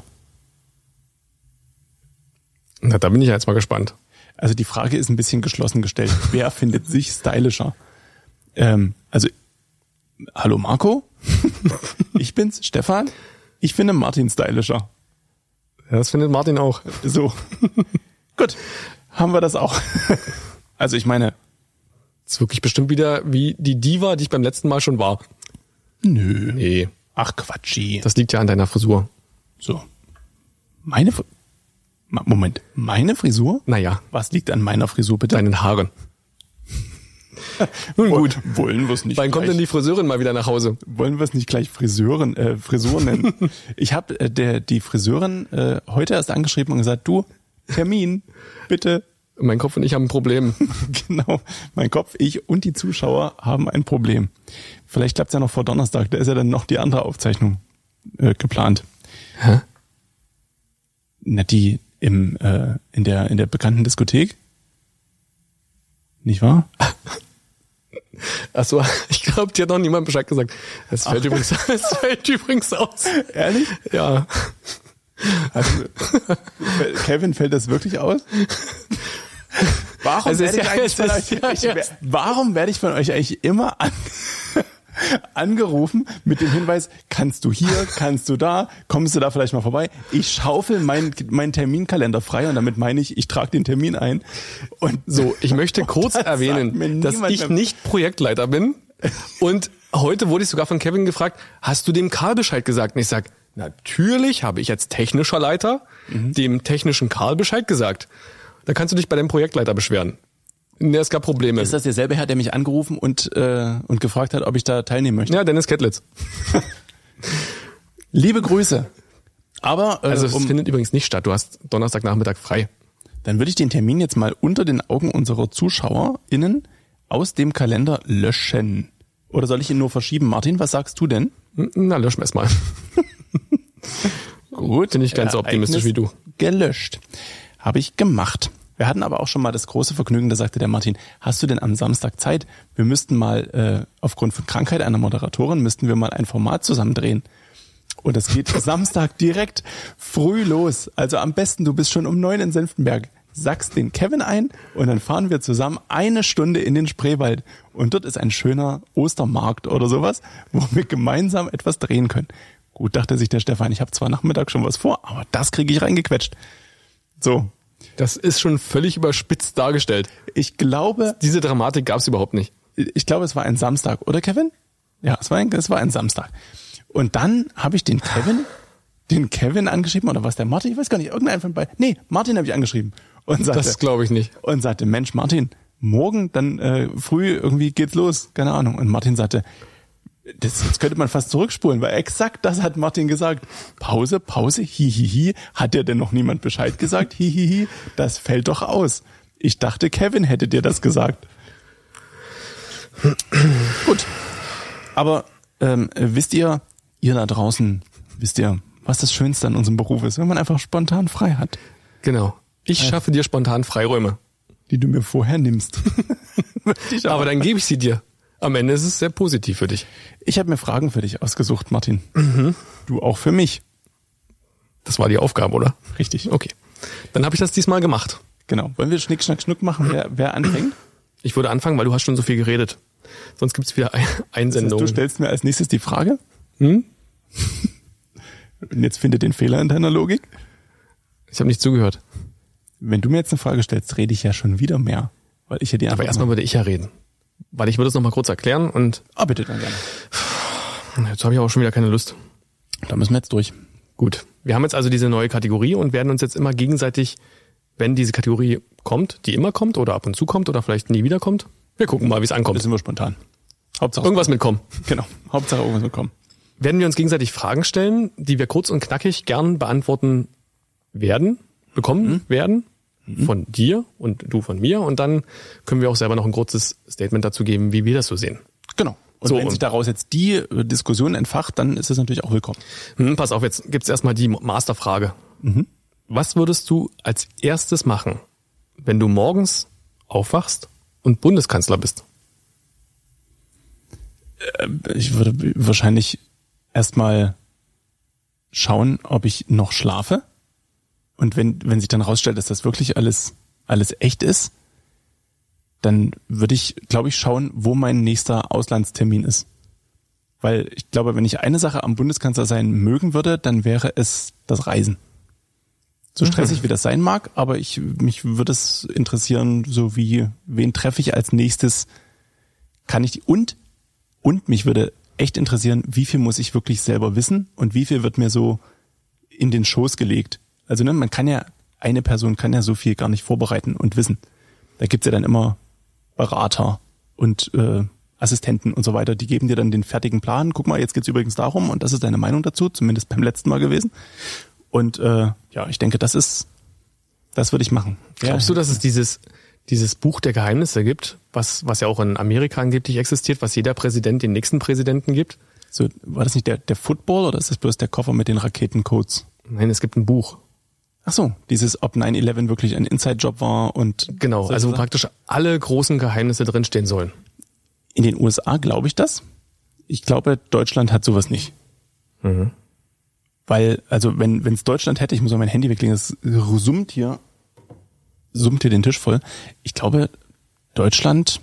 Na, da bin ich ja jetzt mal gespannt. Also die Frage ist ein bisschen geschlossen gestellt. Wer findet sich stylischer? Also, hallo Marco, ich bin's, Stefan. Ich finde Martin stylischer. Ja, das findet Martin auch. So, gut, haben wir das auch. Also ich meine, Das ist wirklich bestimmt wieder wie die Diva, die ich beim letzten Mal schon war. nö. Nee, Ach Quatschi. das liegt ja an deiner Frisur. So, meine Frisur? Naja, Was liegt an meiner Frisur bitte? deinen Haaren. Nun gut. Wollen wir es nicht Wann kommt denn die Friseurin mal wieder nach Hause? Wollen wir es nicht gleich Frisur nennen? Ich habe die Friseurin heute erst angeschrieben und gesagt, du, Termin, bitte. Mein Kopf und ich haben ein Problem. Genau, mein Kopf, ich und die Zuschauer haben ein Problem. Vielleicht klappt's ja noch vor Donnerstag, da ist ja dann noch die andere Aufzeichnung geplant. Hä? Na, die in der bekannten Diskothek? Nicht wahr? Ach so, ich glaube, dir hat noch niemand Bescheid gesagt. Das fällt übrigens aus. Ehrlich? Ja. Also, Kevin, fällt das wirklich aus? Warum Also werde ich von euch eigentlich immer angerufen mit dem Hinweis, kannst du hier, kannst du da, kommst du da vielleicht mal vorbei? Ich schaufel meinen Terminkalender frei und damit meine ich trage den Termin ein. Und So, ich möchte kurz das sagt mir erwähnen, dass niemand ich mehr. nicht Projektleiter bin. Und heute wurde ich sogar von Kevin gefragt, hast du dem Karl Bescheid gesagt? Und ich sag, natürlich habe ich als technischer Leiter dem technischen Karl Bescheid gesagt. Da kannst du dich bei dem Projektleiter beschweren. Ne, es gab Probleme. ist das derselbe Herr, der mich angerufen und gefragt hat, ob ich da teilnehmen möchte? Ja, Dennis Kettlitz. Liebe Grüße. Aber Also es findet übrigens nicht statt. Du hast Donnerstagnachmittag frei. dann würde ich den Termin jetzt mal unter den Augen unserer ZuschauerInnen aus dem Kalender löschen. Oder soll ich ihn nur verschieben? Martin, was sagst du denn? Na, löschen wir es mal. Gut. Bin ich ganz so optimistisch wie du. Gelöscht. Habe ich gemacht. Wir hatten aber auch schon mal das große Vergnügen, da sagte der Martin, hast du denn am Samstag Zeit? Wir müssten mal, aufgrund von Krankheit einer Moderatorin, müssten wir mal ein Format zusammen drehen. Und das geht Samstag direkt früh los. Also am besten, du bist schon um 9 in Senftenberg. Sackst den Kevin ein und dann fahren wir zusammen 1 Stunde in den Spreewald. Und dort ist ein schöner Ostermarkt oder sowas, wo wir gemeinsam etwas drehen können. Gut, dachte sich der Stefan, ich habe zwar Nachmittag schon was vor, aber das kriege ich reingequetscht. So. Das ist schon völlig überspitzt dargestellt. Ich glaube... Diese Dramatik gab es überhaupt nicht. Ich glaube, es war ein Samstag, oder Kevin? Ja, es war ein Samstag. Und dann habe ich den Kevin angeschrieben, oder was der Martin? Ich weiß gar nicht, irgendeinen von beiden. Nee, Martin habe ich angeschrieben. Und sagte, das glaube ich nicht. Und sagte, Mensch, Martin, morgen dann früh irgendwie geht's los, keine Ahnung. Und Martin sagte, jetzt könnte man fast zurückspulen, weil exakt das hat Martin gesagt. Pause, hihihi, hat dir denn noch niemand Bescheid gesagt? Hihihi, das fällt doch aus. Ich dachte, Kevin hätte dir das gesagt. Gut, aber wisst ihr da draußen, was das Schönste an unserem Beruf ist, wenn man einfach spontan frei hat? Genau. Ich schaffe dir spontan Freiräume. Die du mir vorher nimmst. Aber dann gebe ich sie dir. Am Ende ist es sehr positiv für dich. Ich habe mir Fragen für dich ausgesucht, Martin. Mhm. Du auch für mich. Das war die Aufgabe, oder? Richtig. Okay. Dann habe ich das diesmal gemacht. Genau. Wollen wir Schnick, Schnack, Schnuck machen? Wer anfängt? Ich würde anfangen, weil du hast schon so viel geredet. Sonst gibt's wieder Einsendungen. Das heißt, du stellst mir als nächstes die Frage? Und jetzt finde den Fehler in deiner Logik. Ich habe nicht zugehört. Wenn du mir jetzt eine Frage stellst, rede ich ja schon wieder mehr. Weil ich ja die Aber erstmal würde ich ja reden. Weil ich würde es nochmal kurz erklären und... bitte, dann gerne. Jetzt habe ich auch schon wieder keine Lust. Da müssen wir jetzt durch. Gut. Wir haben jetzt also diese neue Kategorie und werden uns jetzt immer gegenseitig, wenn diese Kategorie kommt, die immer kommt oder ab und zu kommt oder vielleicht nie wieder kommt, wir gucken mal, wie es ankommt. Das sind wir spontan. Hauptsache irgendwas mitkommen. Genau. Hauptsache irgendwas mitkommen. Werden wir uns gegenseitig Fragen stellen, die wir kurz und knackig gern beantworten bekommen werden. Von dir und du von mir und dann können wir auch selber noch ein kurzes Statement dazu geben, wie wir das so sehen. Genau. Und wenn sich daraus jetzt die Diskussion entfacht, dann ist es natürlich auch willkommen. Pass auf, jetzt gibt's erstmal die Masterfrage. Was würdest du als erstes machen, wenn du morgens aufwachst und Bundeskanzler bist? Ich würde wahrscheinlich erstmal schauen, ob ich noch schlafe. Und wenn sich dann rausstellt, dass das wirklich alles echt ist, dann würde ich, glaube ich, schauen, wo mein nächster Auslandstermin ist. Weil ich glaube, wenn ich eine Sache am Bundeskanzler sein mögen würde, dann wäre es das Reisen. So stressig wie das sein mag, aber mich würde es interessieren, so wie, wen treffe ich als nächstes, und mich würde echt interessieren, wie viel muss ich wirklich selber wissen und wie viel wird mir so in den Schoß gelegt. Also eine Person kann ja so viel gar nicht vorbereiten und wissen. Da gibt's ja dann immer Berater und Assistenten und so weiter, die geben dir dann den fertigen Plan. Guck mal, jetzt geht's übrigens darum und das ist deine Meinung dazu, zumindest beim letzten Mal gewesen. Und ich denke, das würde ich machen. Glaubst du, dass es dieses Buch der Geheimnisse gibt, was ja auch in Amerika angeblich existiert, was jeder Präsident den nächsten Präsidenten gibt? So, war das nicht der Football oder ist das bloß der Koffer mit den Raketencodes? Nein, es gibt ein Buch. Ach so, dieses, ob 9/11 wirklich ein Inside-Job war und... Genau, also praktisch alle großen Geheimnisse drinstehen sollen. In den USA glaube ich das. Ich glaube, Deutschland hat sowas nicht. Weil, also wenn es Deutschland hätte, ich muss mal mein Handy weglegen, das summt hier den Tisch voll. Ich glaube, Deutschland,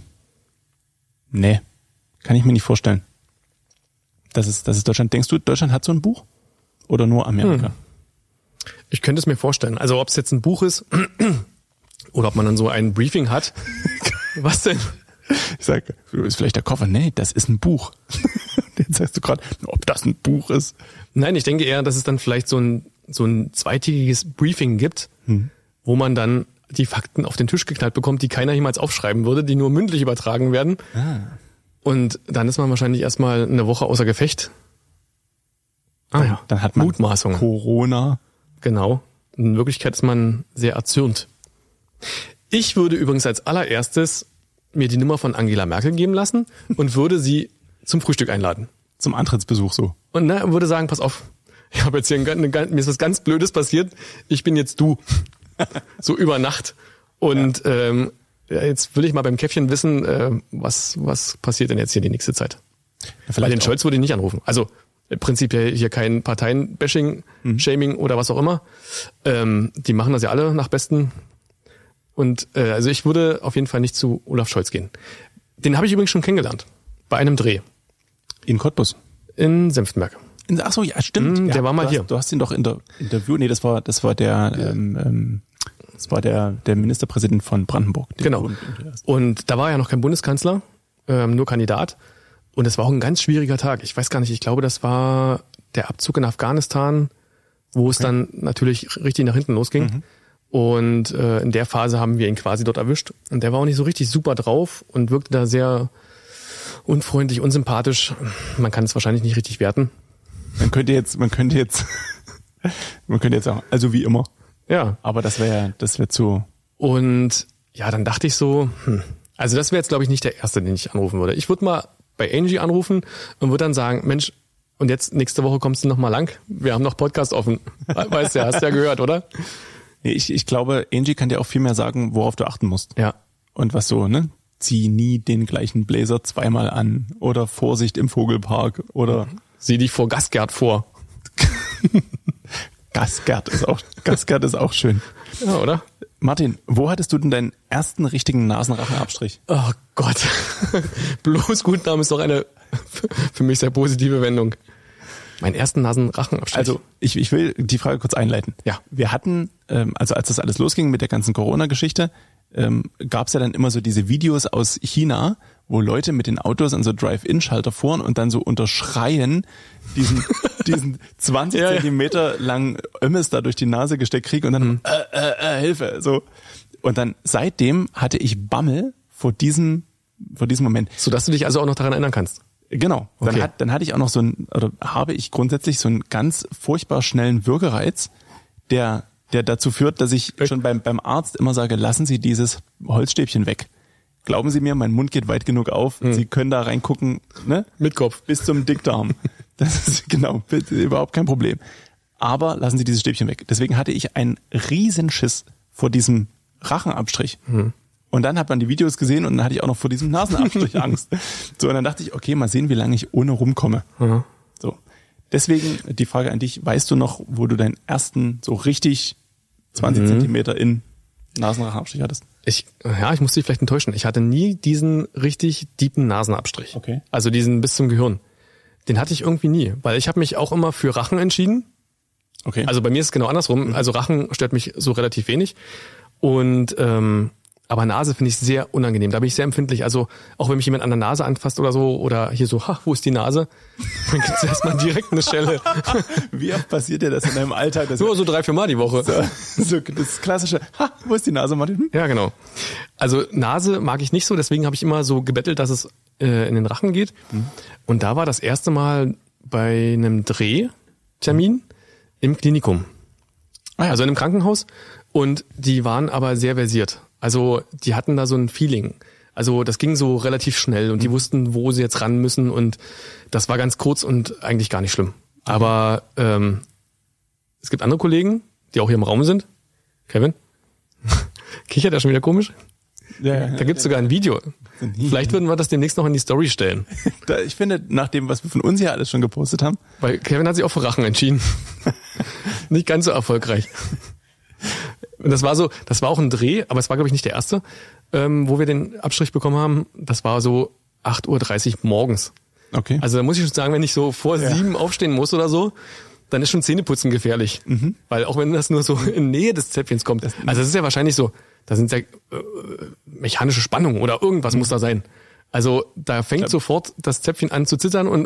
kann ich mir nicht vorstellen. Das ist Deutschland. Denkst du, Deutschland hat so ein Buch? Oder nur Amerika? Ich könnte es mir vorstellen. Also ob es jetzt ein Buch ist oder ob man dann so ein Briefing hat. Was denn? Ich sage, ist vielleicht der Koffer? Nee, das ist ein Buch. Jetzt sagst du gerade, ob das ein Buch ist. Nein, ich denke eher, dass es dann vielleicht so ein zweitägiges Briefing gibt, wo man dann die Fakten auf den Tisch geknallt bekommt, die keiner jemals aufschreiben würde, die nur mündlich übertragen werden. Und dann ist man wahrscheinlich erstmal eine Woche außer Gefecht. Dann hat man Mutmaßungen. Corona. Genau. In Wirklichkeit ist man sehr erzürnt. Ich würde übrigens als allererstes mir die Nummer von Angela Merkel geben lassen und würde sie zum Frühstück einladen. Zum Antrittsbesuch so. Und würde sagen, pass auf, ich habe jetzt hier mir ist was ganz Blödes passiert, ich bin jetzt du. So über Nacht. Und jetzt will ich mal beim Käffchen wissen, was passiert denn jetzt hier die nächste Zeit? Ja, Weil den Scholz würde ich nicht anrufen. Also prinzipiell hier kein Parteien-Bashing, Shaming oder was auch immer. Die machen das ja alle nach Besten. Und also ich würde auf jeden Fall nicht zu Olaf Scholz gehen. Den habe ich übrigens schon kennengelernt. Bei einem Dreh. In Cottbus. In Senftenberg. Ach so, ja, stimmt. Der ja, war mal hier. Du hast ihn doch interviewt. Nee, das war der Ministerpräsident von Brandenburg. Genau. Und da war er ja noch kein Bundeskanzler, nur Kandidat. Und es war auch ein ganz schwieriger Tag. Ich weiß gar nicht, ich glaube, das war der Abzug in Afghanistan, wo es dann natürlich richtig nach hinten losging. Und in der Phase haben wir ihn quasi dort erwischt. Und der war auch nicht so richtig super drauf und wirkte da sehr unfreundlich, unsympathisch. Man kann es wahrscheinlich nicht richtig werten. Man könnte jetzt sagen, also wie immer. Ja. Aber das wäre zu. Und ja, dann dachte ich so, also das wäre jetzt, glaube ich, nicht der Erste, den ich anrufen würde. Ich würde mal bei Angie anrufen und würde dann sagen, Mensch, und jetzt nächste Woche kommst du noch mal lang. Wir haben noch Podcast offen. Weißt du, hast ja gehört, oder? Nee, ich glaube, Angie kann dir auch viel mehr sagen, worauf du achten musst. Ja. Und was so, ne? Zieh nie den gleichen Blazer zweimal an. Oder Vorsicht im Vogelpark. Oder sieh dich vor Gasgert vor. Gasgert ist auch schön. Ja, oder? Martin, wo hattest du denn deinen ersten richtigen Nasenrachenabstrich? Oh Gott. Bloß Gutname ist doch eine für mich sehr positive Wendung. Meinen ersten Nasenrachenabstrich. Also ich will die Frage kurz einleiten. Ja. Wir hatten, also als das alles losging mit der ganzen Corona-Geschichte, gab es ja dann immer so diese Videos aus China, wo Leute mit den Autos an so Drive-In-Schalter fuhren und dann so unter Schreien diesen 20 Zentimeter langen Ömmes da durch die Nase gesteckt kriegen und dann Hilfe. So. Und dann seitdem hatte ich Bammel vor diesem Moment. Sodass du dich also auch noch daran erinnern kannst. Genau. Okay. Dann hatte ich auch noch habe ich grundsätzlich so einen ganz furchtbar schnellen Würgereiz, der dazu führt, dass ich schon beim Arzt immer sage, lassen Sie dieses Holzstäbchen weg. Glauben Sie mir, mein Mund geht weit genug auf. Sie können da reingucken, ne? Mit Kopf. Bis zum Dickdarm. Das ist genau, überhaupt kein Problem. Aber lassen Sie dieses Stäbchen weg. Deswegen hatte ich einen Riesenschiss vor diesem Rachenabstrich. Und dann hat man die Videos gesehen und dann hatte ich auch noch vor diesem Nasenabstrich Angst. So, und dann dachte ich, okay, mal sehen, wie lange ich ohne rumkomme. So. Deswegen die Frage an dich, weißt du noch, wo du deinen ersten so richtig 20 Zentimeter in Nasenrachenabstrich hattest? Ich muss dich vielleicht enttäuschen. Ich hatte nie diesen richtig tiefen Nasenabstrich. Okay. Also diesen bis zum Gehirn. Den hatte ich irgendwie nie, weil ich habe mich auch immer für Rachen entschieden. Okay. Also bei mir ist es genau andersrum. Also Rachen stört mich so relativ wenig. Und aber Nase finde ich sehr unangenehm. Da bin ich sehr empfindlich. Also auch wenn mich jemand an der Nase anfasst oder so oder hier so, wo ist die Nase? Dann gibt's erstmal direkt eine Schelle. Wie oft passiert dir das in deinem Alltag? Nur so 3-4 Mal die Woche. So das klassische, wo ist die Nase, Martin? Ja, genau. Also Nase mag ich nicht so, deswegen habe ich immer so gebettelt, dass es in den Rachen geht. Und da war das erste Mal bei einem Drehtermin im Klinikum. Also in einem Krankenhaus. Und die waren aber sehr versiert. Also die hatten da so ein Feeling. Also das ging so relativ schnell und die wussten, wo sie jetzt ran müssen und das war ganz kurz und eigentlich gar nicht schlimm. Aber es gibt andere Kollegen, die auch hier im Raum sind. Kevin? Kichert er schon wieder komisch? Ja, da gibt's sogar ein Video. Vielleicht würden wir das demnächst noch in die Story stellen. Ich finde, nach dem, was wir von uns hier alles schon gepostet haben. Weil Kevin hat sich auch für Rachen entschieden. Nicht ganz so erfolgreich. Und das war auch ein Dreh, aber es war, glaube ich, nicht der erste, wo wir den Abstrich bekommen haben. Das war so 8:30 Uhr morgens. Okay. Also da muss ich schon sagen, wenn ich so vor 7 aufstehen muss oder so, dann ist schon Zähneputzen gefährlich. Weil auch wenn das nur so in Nähe des Zäpfchens kommt. Also das ist ja wahrscheinlich so, da sind ja mechanische Spannungen oder irgendwas muss da sein. Also da fängt sofort das Zäpfchen an zu zittern und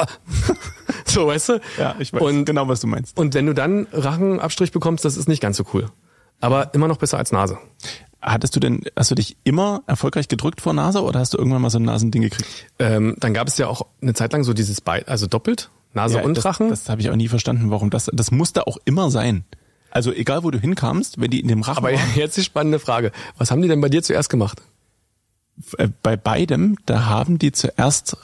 so, weißt du? Ja, ich weiß genau, was du meinst. Und wenn du dann Rachenabstrich bekommst, das ist nicht ganz so cool. Aber immer noch besser als Nase. Hast du dich immer erfolgreich gedrückt vor Nase oder hast du irgendwann mal so ein Nasending gekriegt? Dann gab es ja auch eine Zeit lang so dieses also doppelt, Nase und Rachen. Das habe ich auch nie verstanden, warum das musste auch immer sein. Also egal, wo du hinkamst, wenn die in dem Rachen Aber waren, jetzt die spannende Frage. Was haben die denn bei dir zuerst gemacht? Bei beidem, da haben die zuerst,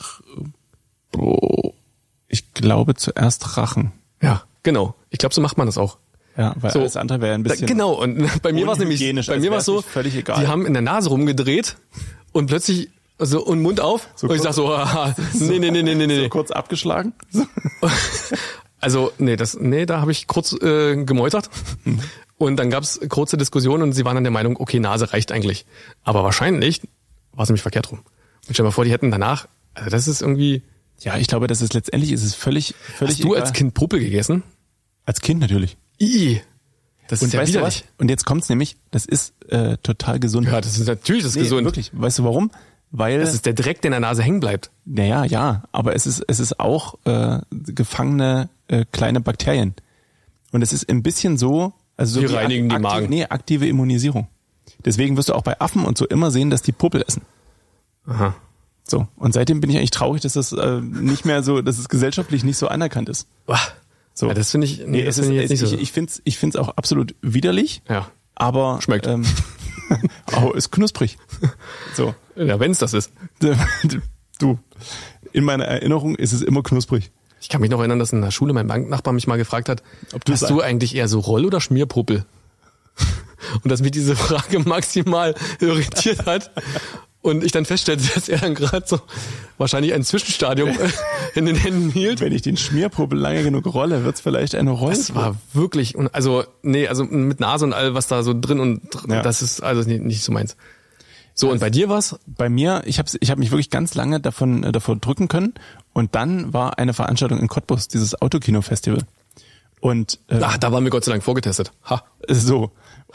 ich glaube zuerst Rachen. Ja, genau. Ich glaube, so macht man das auch. Ja, weil alles andere wäre ein bisschen. Genau, und bei mir war es nämlich, bei mir war es so, völlig egal. Die haben in der Nase rumgedreht und plötzlich so und Mund auf so und ich sag so, nee. So kurz abgeschlagen. So. Also, da habe ich kurz gemeutert. Und dann gab's kurze Diskussionen und sie waren dann der Meinung, okay, Nase reicht eigentlich. Aber wahrscheinlich war es nämlich verkehrt rum. Und stell dir mal vor, die hätten danach, also das ist irgendwie... Ja, ich glaube, letztendlich ist es völlig Hast du egal. als Kind Popel gegessen? Als Kind natürlich. Das Und ist ja weißt du widerlich. was? Und jetzt kommt's nämlich, das ist total gesund. Ja, das ist natürlich gesund. Wirklich. Weißt du warum? Weil Das ist der Dreck, der in der Nase hängen bleibt. naja, ja, aber es ist auch gefangene kleine Bakterien. Und es ist ein bisschen so, also so Die reinigen die Magen. Nee, aktive Immunisierung. Deswegen wirst du auch bei Affen und so immer sehen, dass die Popel essen. Aha. So. Und seitdem bin ich eigentlich traurig, dass das nicht mehr so, dass es gesellschaftlich nicht so anerkannt ist. So. Ja, das finde ich, Nee, ich find's auch absolut widerlich. Ja. Aber Schmeckt. auch ist knusprig. So. Ja, wenn's das ist. Du, in meiner Erinnerung ist es immer knusprig. Ich kann mich noch erinnern, dass in der Schule mein Banknachbar mich mal gefragt hat, hast du eigentlich eher so Roll- oder Schmierpopel? Und dass mich diese Frage maximal irritiert hat. Und ich dann feststellte, dass er dann gerade so wahrscheinlich ein Zwischenstadium in den Händen hielt. Wenn ich den Schmierpopel lange genug rolle, wird's vielleicht eine Rolle. Das war wirklich, also mit Nase und all was da so drin und Ja. das ist also nicht so meins. So, und bei dir war's? Bei mir, ich hab mich wirklich ganz lange davor drücken können. Und dann war eine Veranstaltung in Cottbus, dieses Autokino-Festival. Und Da waren wir Gott sei Dank vorgetestet. Ha. so.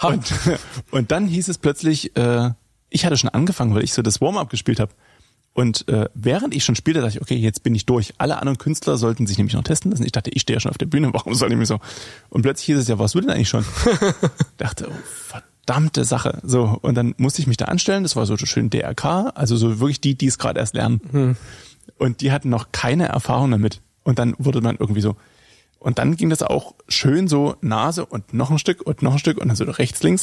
Und dann hieß es plötzlich, ich hatte schon angefangen, weil ich so das Warm-up gespielt habe. Und während ich schon spielte, dachte ich, okay, jetzt bin ich durch. Alle anderen Künstler sollten sich nämlich noch testen lassen. Ich dachte, ich stehe ja schon auf der Bühne, warum soll ich mich so? Und plötzlich hieß es, ja, warst du denn eigentlich schon? Dachte, oh, verdammte Sache. So, und dann musste ich mich da anstellen. Das war so schön DRK, also so wirklich die es gerade erst lernen. Und die hatten noch keine Erfahrung damit. Und dann wurde man irgendwie so. Und dann ging das auch schön so Nase und noch ein Stück und noch ein Stück und dann so rechts, links.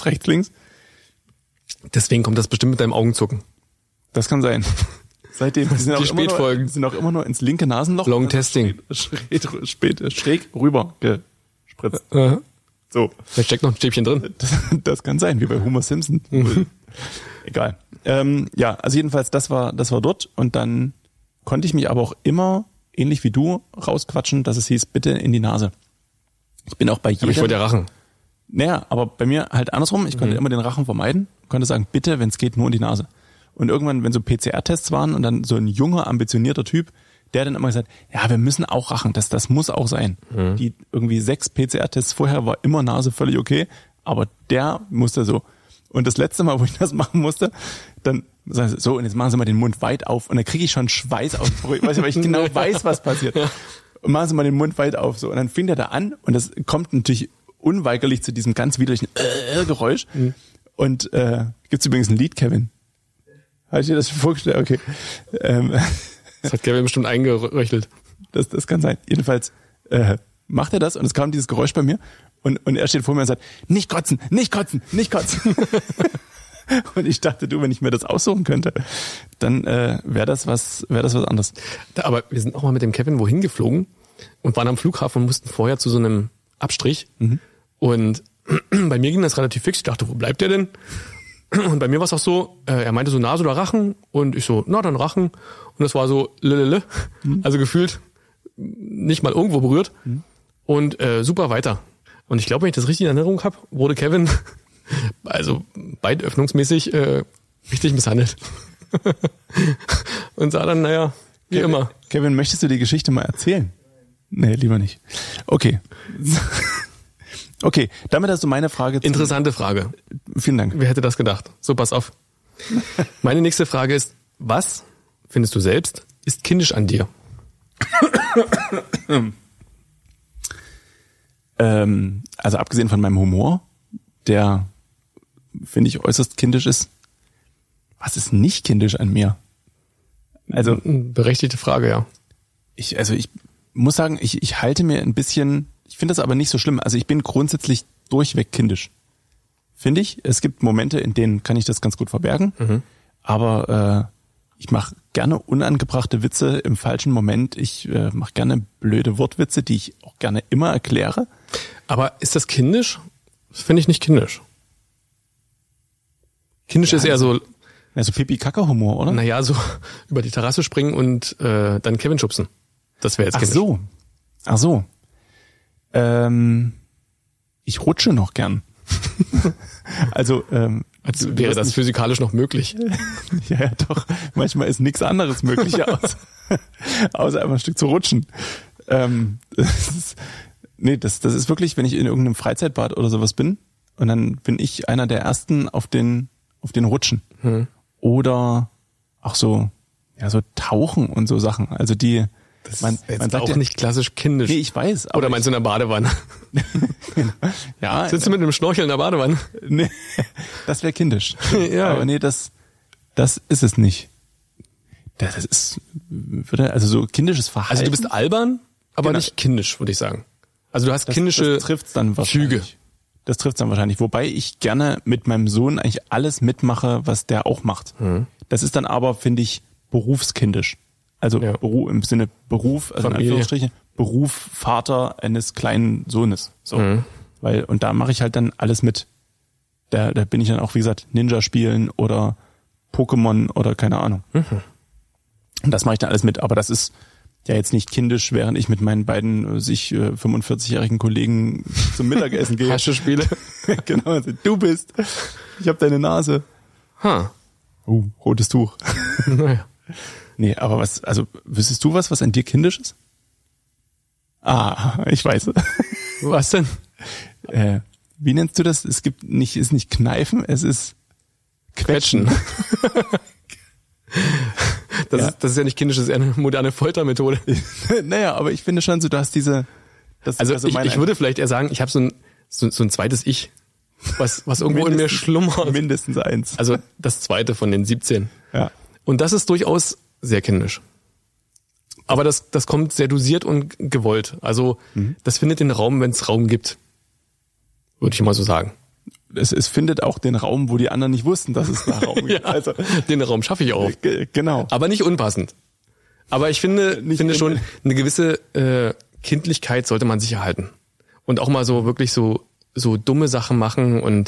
Deswegen kommt das bestimmt mit deinem Augenzucken. Das kann sein. Seitdem die sind Die Spätfolgen. sind auch immer nur ins linke Nasenloch. Long Testing. Schräg rüber gespritzt. So. Da steckt noch ein Stäbchen drin. Das kann sein, wie bei Homer Simpson. Egal. Ja, also jedenfalls, das war dort und dann konnte ich mich aber auch immer, ähnlich wie du, rausquatschen, dass es hieß, bitte in die Nase. Ich bin auch bei jedem... Aber ich wollte ja Rachen. Naja, aber bei mir halt andersrum. Ich konnte immer den Rachen vermeiden, konnte sagen, bitte, wenn es geht, nur in die Nase. Und irgendwann, wenn so PCR-Tests waren und dann so ein junger, ambitionierter Typ, der dann immer gesagt, ja, wir müssen auch Rachen, das muss auch sein. Die irgendwie 6 PCR-Tests vorher war immer Nase völlig okay, aber der musste so. Und das letzte Mal, wo ich das machen musste, dann sagen sie, so, und jetzt machen Sie mal den Mund weit auf. Und dann kriege ich schon Schweiß auf, weil ich genau weiß, was passiert. Und machen Sie mal den Mund weit auf. So. Und dann fing der da an und das kommt natürlich unweigerlich zu diesem ganz widerlichen Geräusch. Und gibt's übrigens ein Lied, Kevin? Habe ich dir das schon vorgestellt? Okay. Das hat Kevin bestimmt eingeröchelt. Das kann sein. Jedenfalls macht er das und es kam dieses Geräusch bei mir und er steht vor mir und sagt, nicht kotzen, nicht kotzen, nicht kotzen. Und ich dachte, wenn ich mir das aussuchen könnte, dann wäre das was anderes. Aber wir sind auch mal mit dem Kevin wohin geflogen und waren am Flughafen und mussten vorher zu so einem Abstrich. Und bei mir ging das relativ fix. Ich dachte, wo bleibt der denn? Und bei mir war es auch so, er meinte so Nase oder Rachen und ich so, na dann Rachen. Und das war so also gefühlt nicht mal irgendwo berührt und super weiter. Und ich glaube, wenn ich das richtig in Erinnerung habe, wurde Kevin also beitöffnungsmäßig richtig misshandelt. Und sah dann, naja, wie immer. Kevin, möchtest du die Geschichte mal erzählen? Nee, lieber nicht. Okay. Okay, damit hast du meine Frage. Interessante Frage. Vielen Dank. Wer hätte das gedacht? So, pass auf. Meine nächste Frage ist, was findest du selbst ist kindisch an dir? Also abgesehen von meinem Humor, der, finde ich, äußerst kindisch ist, was ist nicht kindisch an mir? Also berechtigte Frage, ja. Ich muss sagen, ich halte mir ein bisschen, ich finde das aber nicht so schlimm. Also ich bin grundsätzlich durchweg kindisch. Finde ich. Es gibt Momente, in denen kann ich das ganz gut verbergen. Aber ich mache gerne unangebrachte Witze im falschen Moment. Ich mache gerne blöde Wortwitze, die ich auch gerne immer erkläre. Aber ist das kindisch? Das finde ich nicht kindisch. Kindisch ist eher so, Also Pipi-Kaka-Humor, oder? naja, so über die Terrasse springen und dann Kevin schubsen. Das wäre jetzt kindisch. Ach so. Ich rutsche noch gern. Also wäre das physikalisch noch möglich. ja, doch. Manchmal ist nichts anderes möglich, außer einfach ein Stück zu rutschen. Das ist wirklich, wenn ich in irgendeinem Freizeitbad oder sowas bin und dann bin ich einer der Ersten auf den Rutschen. Oder auch so Tauchen und so Sachen. Also man sagt auch nicht klassisch kindisch. Nee, ich weiß. Oder meinst du in der Badewanne? Ja. Sitzt du mit einem Schnorchel in der Badewanne? Nee, das wäre kindisch. Ja. Aber nee, das ist es nicht. Das ist, also so kindisches Verhalten. Also du bist albern, aber Genau. nicht kindisch, würde ich sagen. Also du hast kindische das trifft's dann wahrscheinlich. Züge. Das trifft's dann wahrscheinlich. Wobei ich gerne mit meinem Sohn eigentlich alles mitmache, was der auch macht. Das ist dann aber, finde ich, berufskindisch. Also Ja. Im Sinne Beruf, also in Familie. Anführungsstrichen, Beruf Vater eines kleinen Sohnes. So. Und da mache ich halt dann alles mit. Da bin ich dann auch, wie gesagt, Ninja spielen oder Pokémon oder keine Ahnung. Und das mache ich dann alles mit. Aber das ist ja jetzt nicht kindisch, während ich mit meinen beiden 45-jährigen Kollegen zum Mittagessen gehe. Haschespiele. Genau, also, du bist. Ich habe deine Nase. Rotes Tuch. Naja. Nee, aber wüsstest du was an dir kindisch ist? Ah, ich weiß. Was denn? Wie nennst du das? Ist nicht Kneifen, es ist Quetschen. Das ist ja nicht kindisch, das ist eher eine moderne Foltermethode. Naja, aber ich finde schon so, du hast diese... Ich würde vielleicht eher sagen, ich habe so ein zweites Ich, was irgendwo in mir schlummert. Mindestens eins. Also das zweite von den 17. Ja. Und das ist durchaus sehr kindisch. Aber das kommt sehr dosiert und gewollt. Also das findet den Raum, wenn es Raum gibt. Würde ich mal so sagen. Es findet auch den Raum, wo die anderen nicht wussten, dass es da Raum gibt. Ja, also den Raum schaffe ich auch. Genau. Aber nicht unpassend. Aber ich finde schon, eine gewisse Kindlichkeit sollte man sich erhalten. Und auch mal so wirklich so dumme Sachen machen und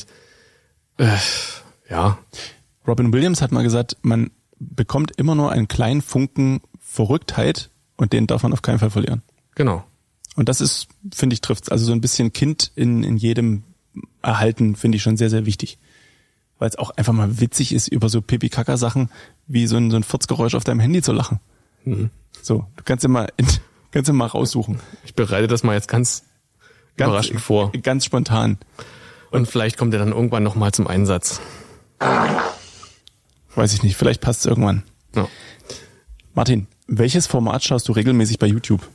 ja. Robin Williams hat mal gesagt, man bekommt immer nur einen kleinen Funken Verrücktheit und den darf man auf keinen Fall verlieren. Genau. Und das ist, finde ich, trifft's. Also so ein bisschen Kind in jedem erhalten, finde ich schon sehr, sehr wichtig. Weil es auch einfach mal witzig ist, über so Pipi-Kaka-Sachen wie so ein Furzgeräusch auf deinem Handy zu lachen. So, du kannst ja mal raussuchen. Ich bereite das mal jetzt ganz überraschend vor. Ganz spontan. Und vielleicht kommt er dann irgendwann nochmal zum Einsatz. Weiß ich nicht, vielleicht passt es irgendwann. Ja. Martin, welches Format schaust du regelmäßig bei YouTube?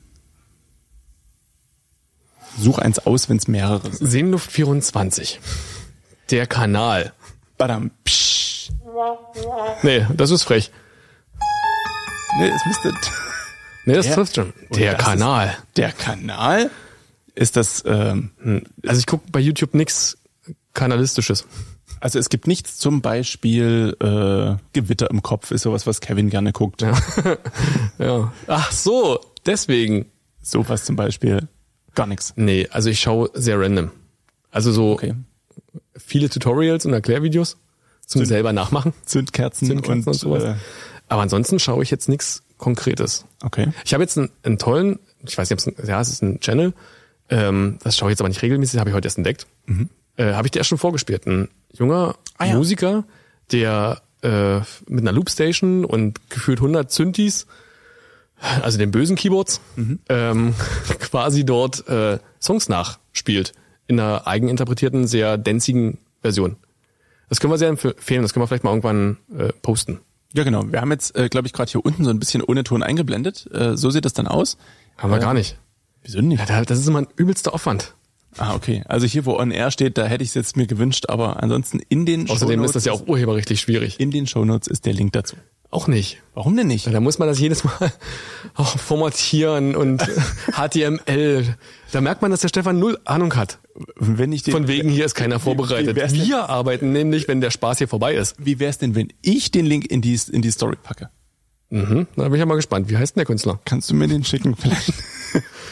Such eins aus, wenn es mehrere sind. Seenluft 24. Der Kanal. Badam, psch. Nee, das ist frech. Nee, es müsste... Nee, das trifft schon. Der Kanal. Der Kanal? Ist das... Also ich gucke bei YouTube nichts Kanalistisches. Also es gibt nichts, zum Beispiel Gewitter im Kopf ist sowas, was Kevin gerne guckt. Ja. Ja. Ach so, deswegen. Sowas zum Beispiel. Gar nichts. Nee, also ich schaue sehr random. Also so viele Tutorials und Erklärvideos zum selber nachmachen. Zündkerzen und sowas. Aber ansonsten schaue ich jetzt nichts Konkretes. Okay. Ich habe jetzt einen tollen, ich weiß nicht, es ist ein Channel, das schaue ich jetzt aber nicht regelmäßig, habe ich heute erst entdeckt. Habe ich dir erst schon vorgespielt. Ein junger Musiker, der mit einer Loopstation und gefühlt 100 Synthes, also den bösen Keyboards, quasi dort Songs nachspielt. In einer eigeninterpretierten, sehr danzigen Version. Das können wir sehr empfehlen, das können wir vielleicht mal irgendwann posten. Ja, genau. Wir haben jetzt, glaube ich, gerade hier unten so ein bisschen ohne Ton eingeblendet. So sieht das dann aus. Haben wir gar nicht. Wieso nicht? Ja, das ist immer ein übelster Aufwand. Ah, okay. Also hier, wo On Air steht, da hätte ich es jetzt mir gewünscht, aber ansonsten in den Außerdem Shownotes ist das ja auch urheberrechtlich schwierig. In den Shownotes ist der Link dazu. Auch nicht. Warum denn nicht? Da muss man das jedes Mal auch formatieren und HTML. Da merkt man, dass der Stefan null Ahnung hat. Wenn ich den, Von wegen, hier ist keiner vorbereitet. Wir arbeiten nämlich, wenn der Spaß hier vorbei ist. Wie wär's denn, wenn ich den Link in die Story packe? Da bin ich ja mal gespannt. Wie heißt denn der Künstler? Kannst du mir den schicken vielleicht?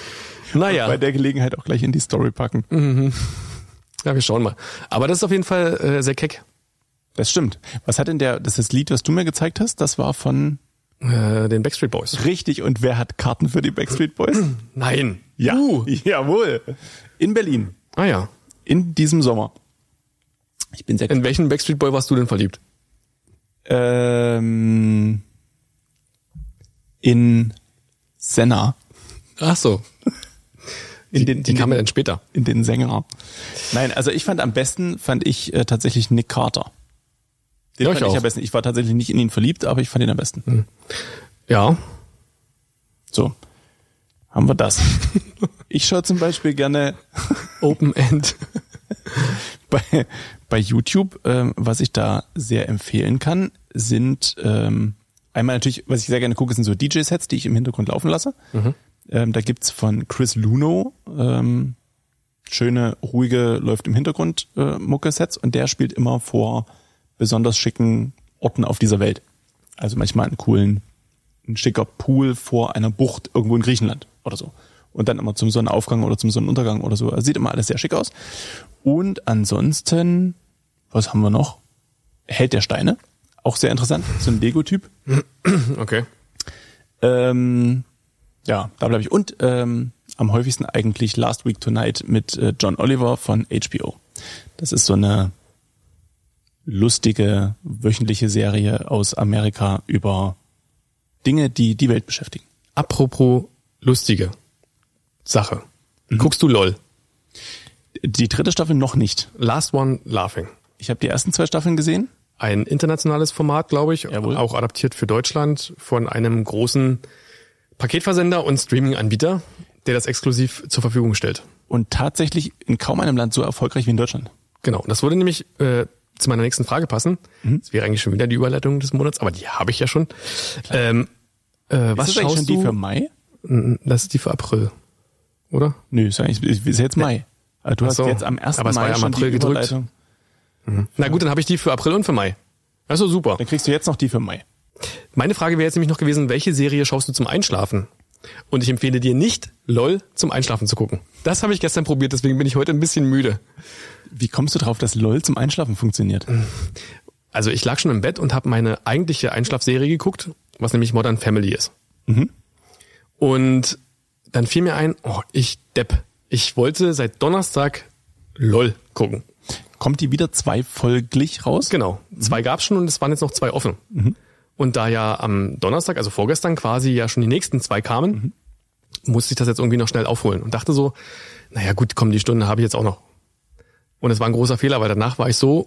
Naja. Und bei der Gelegenheit auch gleich in die Story packen. Ja, wir schauen mal. Aber das ist auf jeden Fall sehr keck. Das stimmt. Was hat denn das Lied, was du mir gezeigt hast, das war von Den Backstreet Boys. Richtig, und wer hat Karten für die Backstreet Boys? Nein. Ja, jawohl. In Berlin. Ah ja. In diesem Sommer. Ich bin sehr In welchen Backstreet Boy warst du denn verliebt? In Senna. Ach so. Die kam ja dann später. In den Sänger. Nein, also am besten fand ich tatsächlich Nick Carter. Den Ja, fand ich am besten. Ich war tatsächlich nicht in ihn verliebt, aber ich fand ihn am besten. Ja. So. Haben wir das. Ich schaue zum Beispiel gerne Open End. bei YouTube, was ich da sehr empfehlen kann, sind einmal natürlich, was ich sehr gerne gucke, sind so DJ-Sets, die ich im Hintergrund laufen lasse. Da gibt's von Chris Luno schöne, ruhige, läuft im Hintergrund Mucke-Sets und der spielt immer vor besonders schicken Orten auf dieser Welt. Also manchmal ein schicker Pool vor einer Bucht irgendwo in Griechenland oder so. Und dann immer zum Sonnenaufgang oder zum Sonnenuntergang oder so. Also sieht immer alles sehr schick aus. Und ansonsten, was haben wir noch? Held der Steine. Auch sehr interessant. So ein Lego-Typ. Okay. Ja, da bleibe ich. Und am häufigsten eigentlich Last Week Tonight mit John Oliver von HBO. Das ist so eine lustige, wöchentliche Serie aus Amerika über Dinge, die die Welt beschäftigen. Apropos lustige Sache. Guckst du LOL? Die 3. Staffel noch nicht. Last One Laughing. Ich habe die ersten 2 Staffeln gesehen. Ein internationales Format, glaube ich, Jawohl. auch adaptiert für Deutschland von einem großen Paketversender und Streaming-Anbieter, der das exklusiv zur Verfügung stellt. Und tatsächlich in kaum einem Land so erfolgreich wie in Deutschland. Genau, das würde nämlich zu meiner nächsten Frage passen. Das wäre eigentlich schon wieder die Überleitung des Monats, aber die habe ich ja schon. Was ist das eigentlich schon die für Mai? Das ist die für April, oder? Nö, ist jetzt Mai. Also du hast so. jetzt am 1. Aber es war Mai ja im schon April die gedrückt. Überleitung. Na gut, dann habe ich die für April und für Mai. Also super. Dann kriegst du jetzt noch die für Mai. Meine Frage wäre jetzt nämlich noch gewesen, welche Serie schaust du zum Einschlafen? Und ich empfehle dir nicht, LOL zum Einschlafen zu gucken. Das habe ich gestern probiert, deswegen bin ich heute ein bisschen müde. Wie kommst du drauf, dass LOL zum Einschlafen funktioniert? Also ich lag schon im Bett und habe meine eigentliche Einschlafserie geguckt, was nämlich Modern Family ist. Und dann fiel mir ein, ich wollte seit Donnerstag LOL gucken. Kommt die wieder 2 folglich raus? Genau, 2 gab's schon und es waren jetzt noch 2 offen. Und da ja am Donnerstag, also vorgestern quasi ja schon die nächsten 2 kamen, musste ich das jetzt irgendwie noch schnell aufholen und dachte so, naja gut, komm, die Stunde habe ich jetzt auch noch. Und es war ein großer Fehler, weil danach war ich so,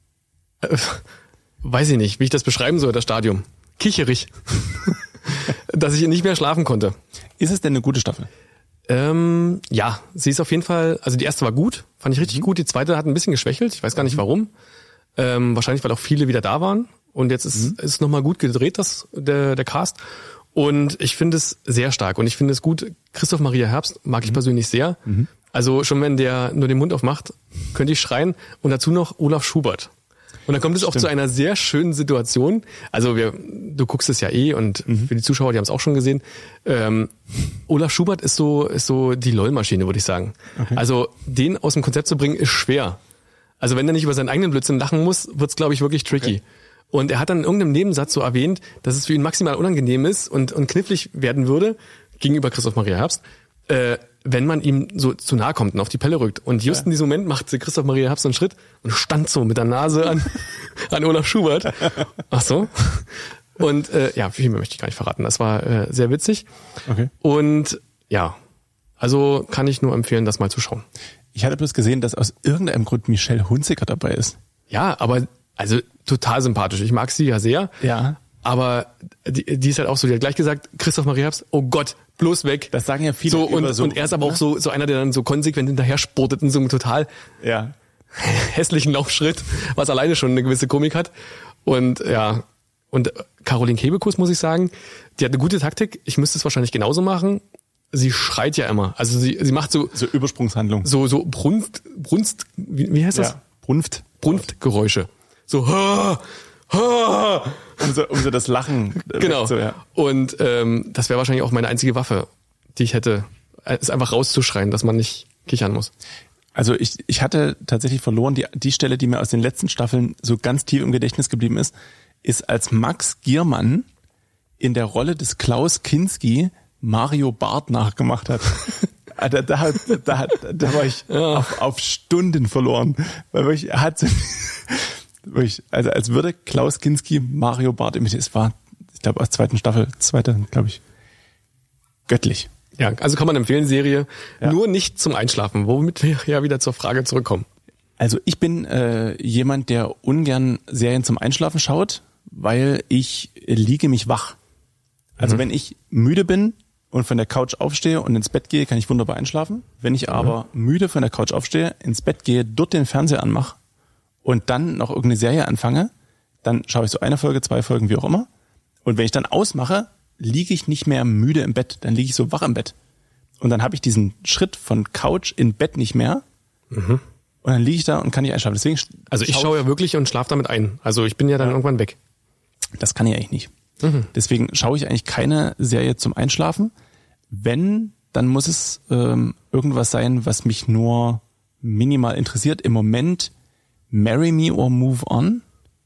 weiß ich nicht, wie ich das beschreiben soll, das Stadium. Kicherig. Dass ich nicht mehr schlafen konnte. Ist es denn eine gute Staffel? Ja, sie ist auf jeden Fall, also die erste war gut, fand ich richtig gut, die zweite hat ein bisschen geschwächelt, ich weiß gar nicht warum. Wahrscheinlich, weil auch viele wieder da waren und jetzt ist es nochmal gut gedreht, der Cast. Und ich finde es sehr stark und ich finde es gut, Christoph Maria Herbst mag ich persönlich sehr. Also schon wenn der nur den Mund aufmacht, könnte ich schreien und dazu noch Olaf Schubert. Und dann kommt es auch zu einer sehr schönen Situation. Also du guckst es ja und für die Zuschauer, die haben es auch schon gesehen. Olaf Schubert ist so die LOL-Maschine, würde ich sagen. Okay. Also den aus dem Konzept zu bringen, ist schwer. Also wenn er nicht über seinen eigenen Blödsinn lachen muss, wird's, glaube ich, wirklich tricky. Okay. Und er hat dann in irgendeinem Nebensatz so erwähnt, dass es für ihn maximal unangenehm ist und knifflig werden würde, gegenüber Christoph Maria Herbst, wenn man ihm so zu nahe kommt und auf die Pelle rückt. Und just in diesem Moment machte Christoph Maria Herbst so einen Schritt und stand so mit der Nase an Olaf Schubert. Ach so. Und viel mehr möchte ich gar nicht verraten. Das war sehr witzig. Okay. Und ja, also kann ich nur empfehlen, das mal zu schauen. Ich hatte bloß gesehen, dass aus irgendeinem Grund Michelle Hunziker dabei ist. Ja, aber also total sympathisch. Ich mag sie ja sehr. Ja. Aber die ist halt auch so, die hat gleich gesagt, Christoph Maria Herbst, oh Gott, bloß weg. Das sagen ja viele. So, und er ist aber auch so einer, der dann so konsequent hinterher sportet in so einem total hässlichen Laufschritt, was alleine schon eine gewisse Komik hat. Und und Caroline Kebekus, muss ich sagen, die hat eine gute Taktik. Ich müsste es wahrscheinlich genauso machen. Sie schreit ja immer. Also sie macht so Übersprungshandlung. So Brunst, wie heißt das? Ja, Brunftgeräusche. So um so das Lachen. Genau. Und das wäre wahrscheinlich auch meine einzige Waffe, die ich hätte. es einfach rauszuschreien, dass man nicht kichern muss. Also ich hatte tatsächlich verloren, die Stelle, die mir aus den letzten Staffeln so ganz tief im Gedächtnis geblieben ist als Max Giermann in der Rolle des Klaus Kinski Mario Barth nachgemacht hat. Da war ich auf Stunden verloren. Weil wirklich, er hat so, wirklich, also als würde Klaus Kinski Mario Barth imitieren. Es war, ich glaube, aus zweite, glaube ich, göttlich. Ja, also kann man empfehlen, Serie, nur nicht zum Einschlafen, womit wir ja wieder zur Frage zurückkommen. Also ich bin jemand, der ungern Serien zum Einschlafen schaut, weil ich liege mich wach. Also wenn ich müde bin und von der Couch aufstehe und ins Bett gehe, kann ich wunderbar einschlafen. Wenn ich aber müde von der Couch aufstehe, ins Bett gehe, dort den Fernseher anmache und dann noch irgendeine Serie anfange, dann schaue ich so eine Folge, 2 Folgen, wie auch immer. Und wenn ich dann ausmache, liege ich nicht mehr müde im Bett, dann liege ich so wach im Bett. Und dann habe ich diesen Schritt von Couch in Bett nicht mehr. Und dann liege ich da und kann nicht einschlafen. Deswegen also ich schaue ja wirklich und schlafe damit ein. Also ich bin ja dann irgendwann weg. Das kann ich eigentlich nicht. Deswegen schaue ich eigentlich keine Serie zum Einschlafen. Wenn, dann muss es irgendwas sein, was mich nur minimal interessiert. Im Moment Marry Me or Move On.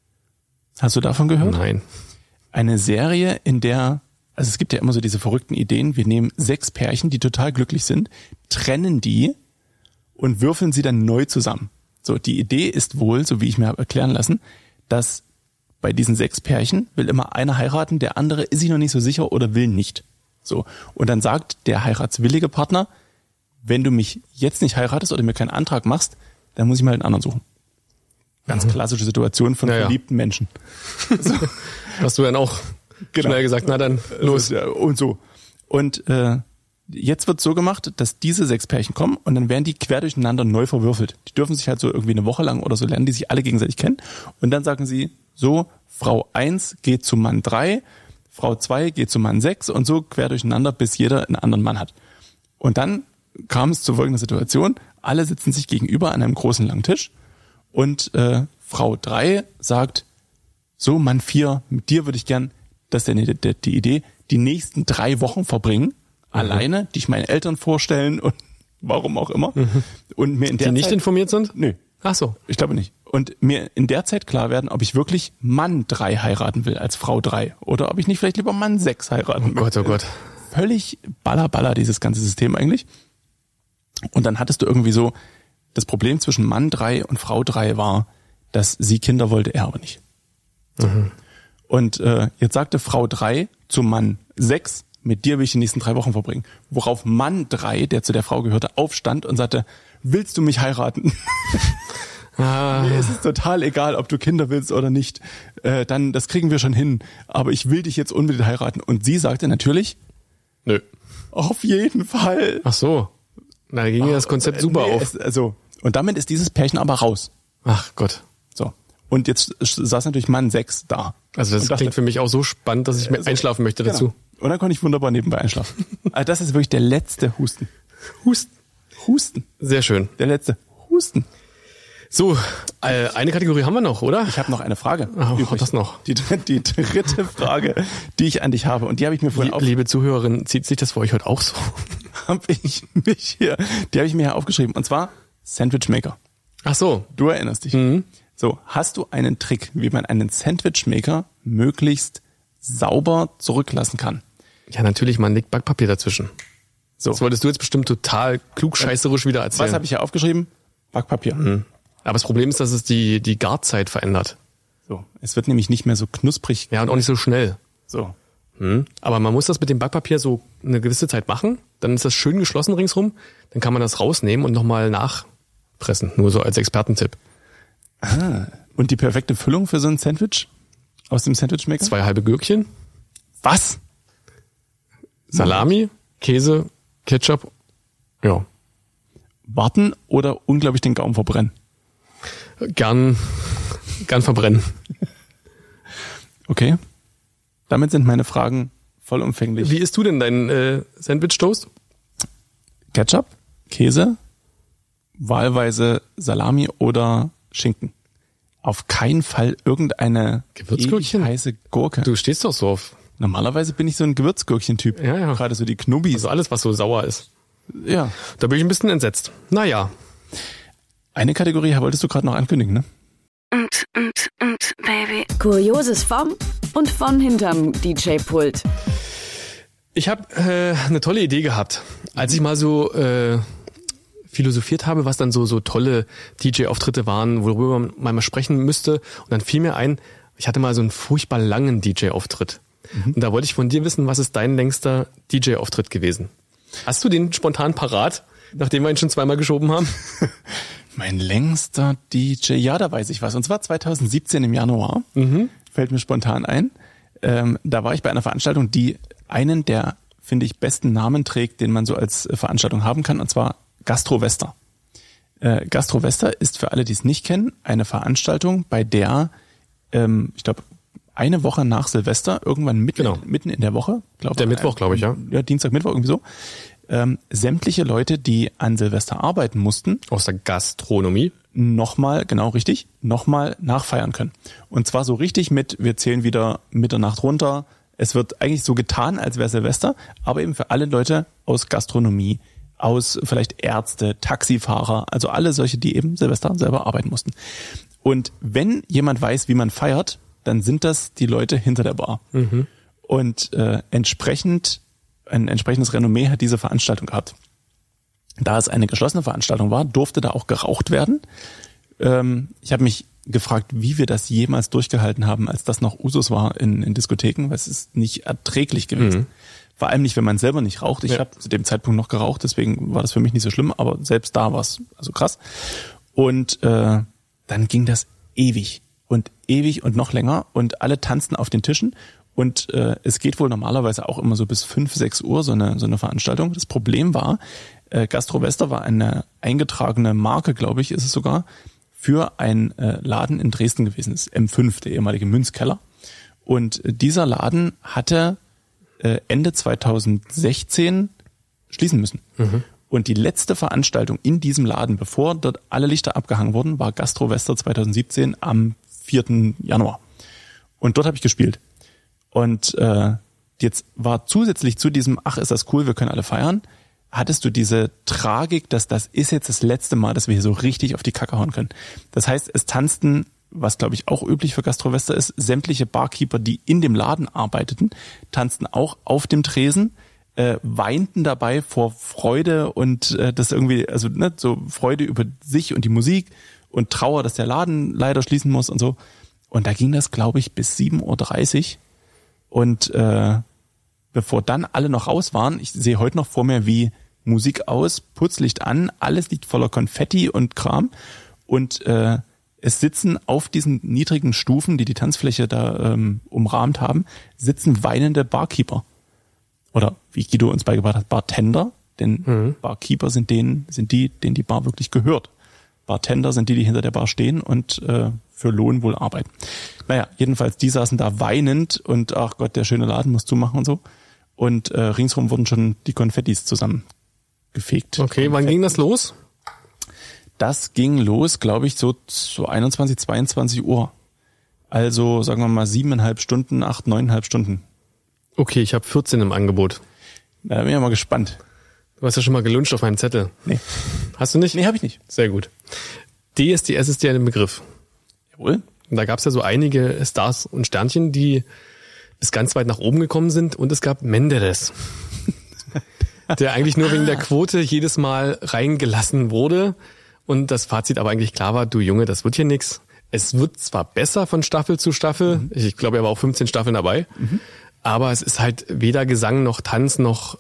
Hast du davon gehört? Nein. Eine Serie, in der, also es gibt ja immer so diese verrückten Ideen, wir nehmen 6 Pärchen, die total glücklich sind, trennen die und würfeln sie dann neu zusammen. So, die Idee ist wohl, so wie ich mir habe erklären lassen, dass bei diesen 6 Pärchen will immer einer heiraten, der andere ist sich noch nicht so sicher oder will nicht. So. Und dann sagt der heiratswillige Partner, wenn du mich jetzt nicht heiratest oder mir keinen Antrag machst, dann muss ich mal einen anderen suchen. Ganz klassische Situation von verliebten Menschen. So. Hast du dann auch schnell gesagt, na dann los. Und so. Und jetzt wird so gemacht, dass diese 6 Pärchen kommen und dann werden die quer durcheinander neu verwürfelt. Die dürfen sich halt so irgendwie eine Woche lang oder so lernen, die sich alle gegenseitig kennen. Und dann sagen sie, so, Frau 1 geht zu Mann 3, Frau 2 geht zu Mann 6 und so quer durcheinander, bis jeder einen anderen Mann hat. Und dann kam es zu folgender Situation. Alle sitzen sich gegenüber an einem großen langen Tisch und Frau 3 sagt, so Mann 4, mit dir würde ich gern, das ist die Idee, die nächsten 3 Wochen verbringen, alleine, dich meinen Eltern vorstellen und warum auch immer. Und mir in der die nicht Zeit, informiert sind? Nö. Ach so. Ich glaube nicht. Und mir in der Zeit klar werden, ob ich wirklich Mann 3 heiraten will als Frau 3 oder ob ich nicht vielleicht lieber Mann 6 heiraten will. Oh Gott. Völlig baller, dieses ganze System eigentlich. Und dann hattest du irgendwie so, das Problem zwischen Mann 3 und Frau 3 war, dass sie Kinder wollte, er aber nicht. So. Und jetzt sagte Frau 3 zu Mann 6, mit dir will ich die nächsten 3 Wochen verbringen. Worauf Mann 3, der zu der Frau gehörte, aufstand und sagte, willst du mich heiraten? Mir ist es total egal, ob du Kinder willst oder nicht. Dann, das kriegen wir schon hin. Aber ich will dich jetzt unbedingt heiraten. Und sie sagte natürlich, nö. Auf jeden Fall. Ach so. Na, da ging ja das Konzept super auf. Und damit ist dieses Pärchen aber raus. Ach Gott. So. Und jetzt saß natürlich Mann 6 da. Also das klingt für mich auch so spannend, dass ich mir einschlafen möchte dazu. Genau. Und dann konnte ich wunderbar nebenbei einschlafen. Also das ist wirklich der letzte Husten. Husten. Sehr schön. Der letzte Husten. So, eine Kategorie haben wir noch, oder? Ich habe noch eine Frage. Oh, das noch. Die dritte Frage, die ich an dich habe. Und die habe ich mir vorhin Liebe Zuhörerin, zieht sich das für euch heute auch so? Die habe ich mir hier aufgeschrieben. Und zwar Sandwich Maker. Ach so. Du erinnerst dich. So, hast du einen Trick, wie man einen Sandwich Maker möglichst sauber zurücklassen kann? Ja, natürlich, man legt Backpapier dazwischen. So. Das wolltest du jetzt bestimmt total klugscheißerisch wieder erzählen. Was habe ich hier aufgeschrieben? Backpapier. Aber das Problem ist, dass es die Garzeit verändert. So, es wird nämlich nicht mehr so knusprig. Ja, und auch nicht so schnell. So. Aber man muss das mit dem Backpapier so eine gewisse Zeit machen. Dann ist das schön geschlossen ringsrum. Dann kann man das rausnehmen und nochmal nachpressen. Nur so als Expertentipp. Und die perfekte Füllung für so ein Sandwich aus dem Sandwichmaker? 2 halbe Gürkchen. Was? Salami, Käse, Ketchup. Ja. Warten oder unglaublich den Gaumen verbrennen? Gern verbrennen. Okay. Damit sind meine Fragen vollumfänglich. Wie isst du denn deinen Sandwich-Toast? Ketchup, Käse, wahlweise Salami oder Schinken. Auf keinen Fall irgendeine Gewürzgurkchen? heiße Gurke. Du stehst doch so auf. Normalerweise bin ich so ein Gewürzgurkchen-Typ. Ja. Gerade so die Knubbis. Also alles, was so sauer ist. Ja. Da bin ich ein bisschen entsetzt. Naja. Eine Kategorie wolltest du gerade noch ankündigen, ne? Baby. Kurioses vom und von hinterm DJ-Pult. Ich habe eine tolle Idee gehabt, als ich mal so philosophiert habe, was dann so tolle DJ-Auftritte waren, worüber man mal sprechen müsste. Und dann fiel mir ein, ich hatte mal so einen furchtbar langen DJ-Auftritt. Und da wollte ich von dir wissen, was ist dein längster DJ-Auftritt gewesen? Hast du den spontan parat, nachdem wir ihn schon zweimal geschoben haben? Mein längster DJ, ja, da weiß ich was. Und zwar 2017 im Januar, fällt mir spontan ein. Da war ich bei einer Veranstaltung, die einen der, finde ich, besten Namen trägt, den man so als Veranstaltung haben kann, und zwar Gastro-Wester. Gastro-Wester ist für alle, die es nicht kennen, eine Veranstaltung, bei der, ich glaube, eine Woche nach Silvester, irgendwann mitten in der Woche, Mittwoch, glaube ich, ja. Ja, Dienstag, Mittwoch, irgendwie so. Sämtliche Leute, die an Silvester arbeiten mussten, aus der Gastronomie, nochmal nachfeiern können. Und zwar so richtig mit, wir zählen wieder Mitternacht runter. Es wird eigentlich so getan, als wäre Silvester, aber eben für alle Leute aus Gastronomie, aus vielleicht Ärzte, Taxifahrer, also alle solche, die eben Silvester selber arbeiten mussten. Und wenn jemand weiß, wie man feiert, dann sind das die Leute hinter der Bar. Und ein entsprechendes Renommee hat diese Veranstaltung gehabt. Da es eine geschlossene Veranstaltung war, durfte da auch geraucht werden. Ich habe mich gefragt, wie wir das jemals durchgehalten haben, als das noch Usus war in Diskotheken, weil es ist nicht erträglich gewesen. Vor allem nicht, wenn man selber nicht raucht. Ich habe zu dem Zeitpunkt noch geraucht, deswegen war das für mich nicht so schlimm, aber selbst da war es also krass. Und dann ging das ewig und noch länger und alle tanzten auf den Tischen. Und es geht wohl normalerweise auch immer so bis 5, 6 Uhr so eine Veranstaltung. Das Problem war, Gastro-Wester war eine eingetragene Marke, glaube ich, ist es sogar, für einen Laden in Dresden gewesen. Das ist M5, der ehemalige Münzkeller. Und dieser Laden hatte Ende 2016 schließen müssen. Und die letzte Veranstaltung in diesem Laden, bevor dort alle Lichter abgehangen wurden, war Gastro-Wester 2017 am 4. Januar. Und dort habe ich gespielt. Und jetzt war zusätzlich zu diesem, ach, ist das cool, wir können alle feiern, hattest du diese Tragik, dass das ist jetzt das letzte Mal, dass wir hier so richtig auf die Kacke hauen können. Das heißt, es tanzten, was glaube ich auch üblich für Gastro-Wester ist, sämtliche Barkeeper, die in dem Laden arbeiteten, tanzten auch auf dem Tresen, weinten dabei vor Freude und das irgendwie, also ne, so Freude über sich und die Musik und Trauer, dass der Laden leider schließen muss und so. Und da ging das, glaube ich, bis 7:30 Uhr. Und bevor dann alle noch raus waren, ich sehe heute noch vor mir, wie Musik aus, Putzlicht an, alles liegt voller Konfetti und Kram. Und es sitzen auf diesen niedrigen Stufen, die Tanzfläche da umrahmt haben, sitzen weinende Barkeeper. Oder wie Guido uns beigebracht hat, Bartender. Denn Barkeeper sind denen die Bar wirklich gehört. Bartender sind die hinter der Bar stehen und für Lohn wohl arbeiten. Naja, jedenfalls, die saßen da weinend und ach Gott, der schöne Laden muss zumachen und so. Und ringsrum wurden schon die Konfettis zusammengefegt. Okay, wann ging das los? Das ging los, glaube ich, so 21, 22 Uhr. Also sagen wir mal 7,5 Stunden, 8, 9,5 Stunden. Okay, ich habe 14 im Angebot. Da bin ich ja mal gespannt. Du hast ja schon mal gelunscht auf meinem Zettel. Nee. Hast du nicht? Nee, habe ich nicht. Sehr gut. DSDS ist dir ein Begriff. Jawohl. Und da gab es ja so einige Stars und Sternchen, die bis ganz weit nach oben gekommen sind. Und es gab Menderes, der eigentlich nur wegen der Quote jedes Mal reingelassen wurde. Und das Fazit aber eigentlich klar war, du Junge, das wird hier nix. Es wird zwar besser von Staffel zu Staffel. Ich glaube, er war auch 15 Staffeln dabei. Aber es ist halt weder Gesang noch Tanz noch,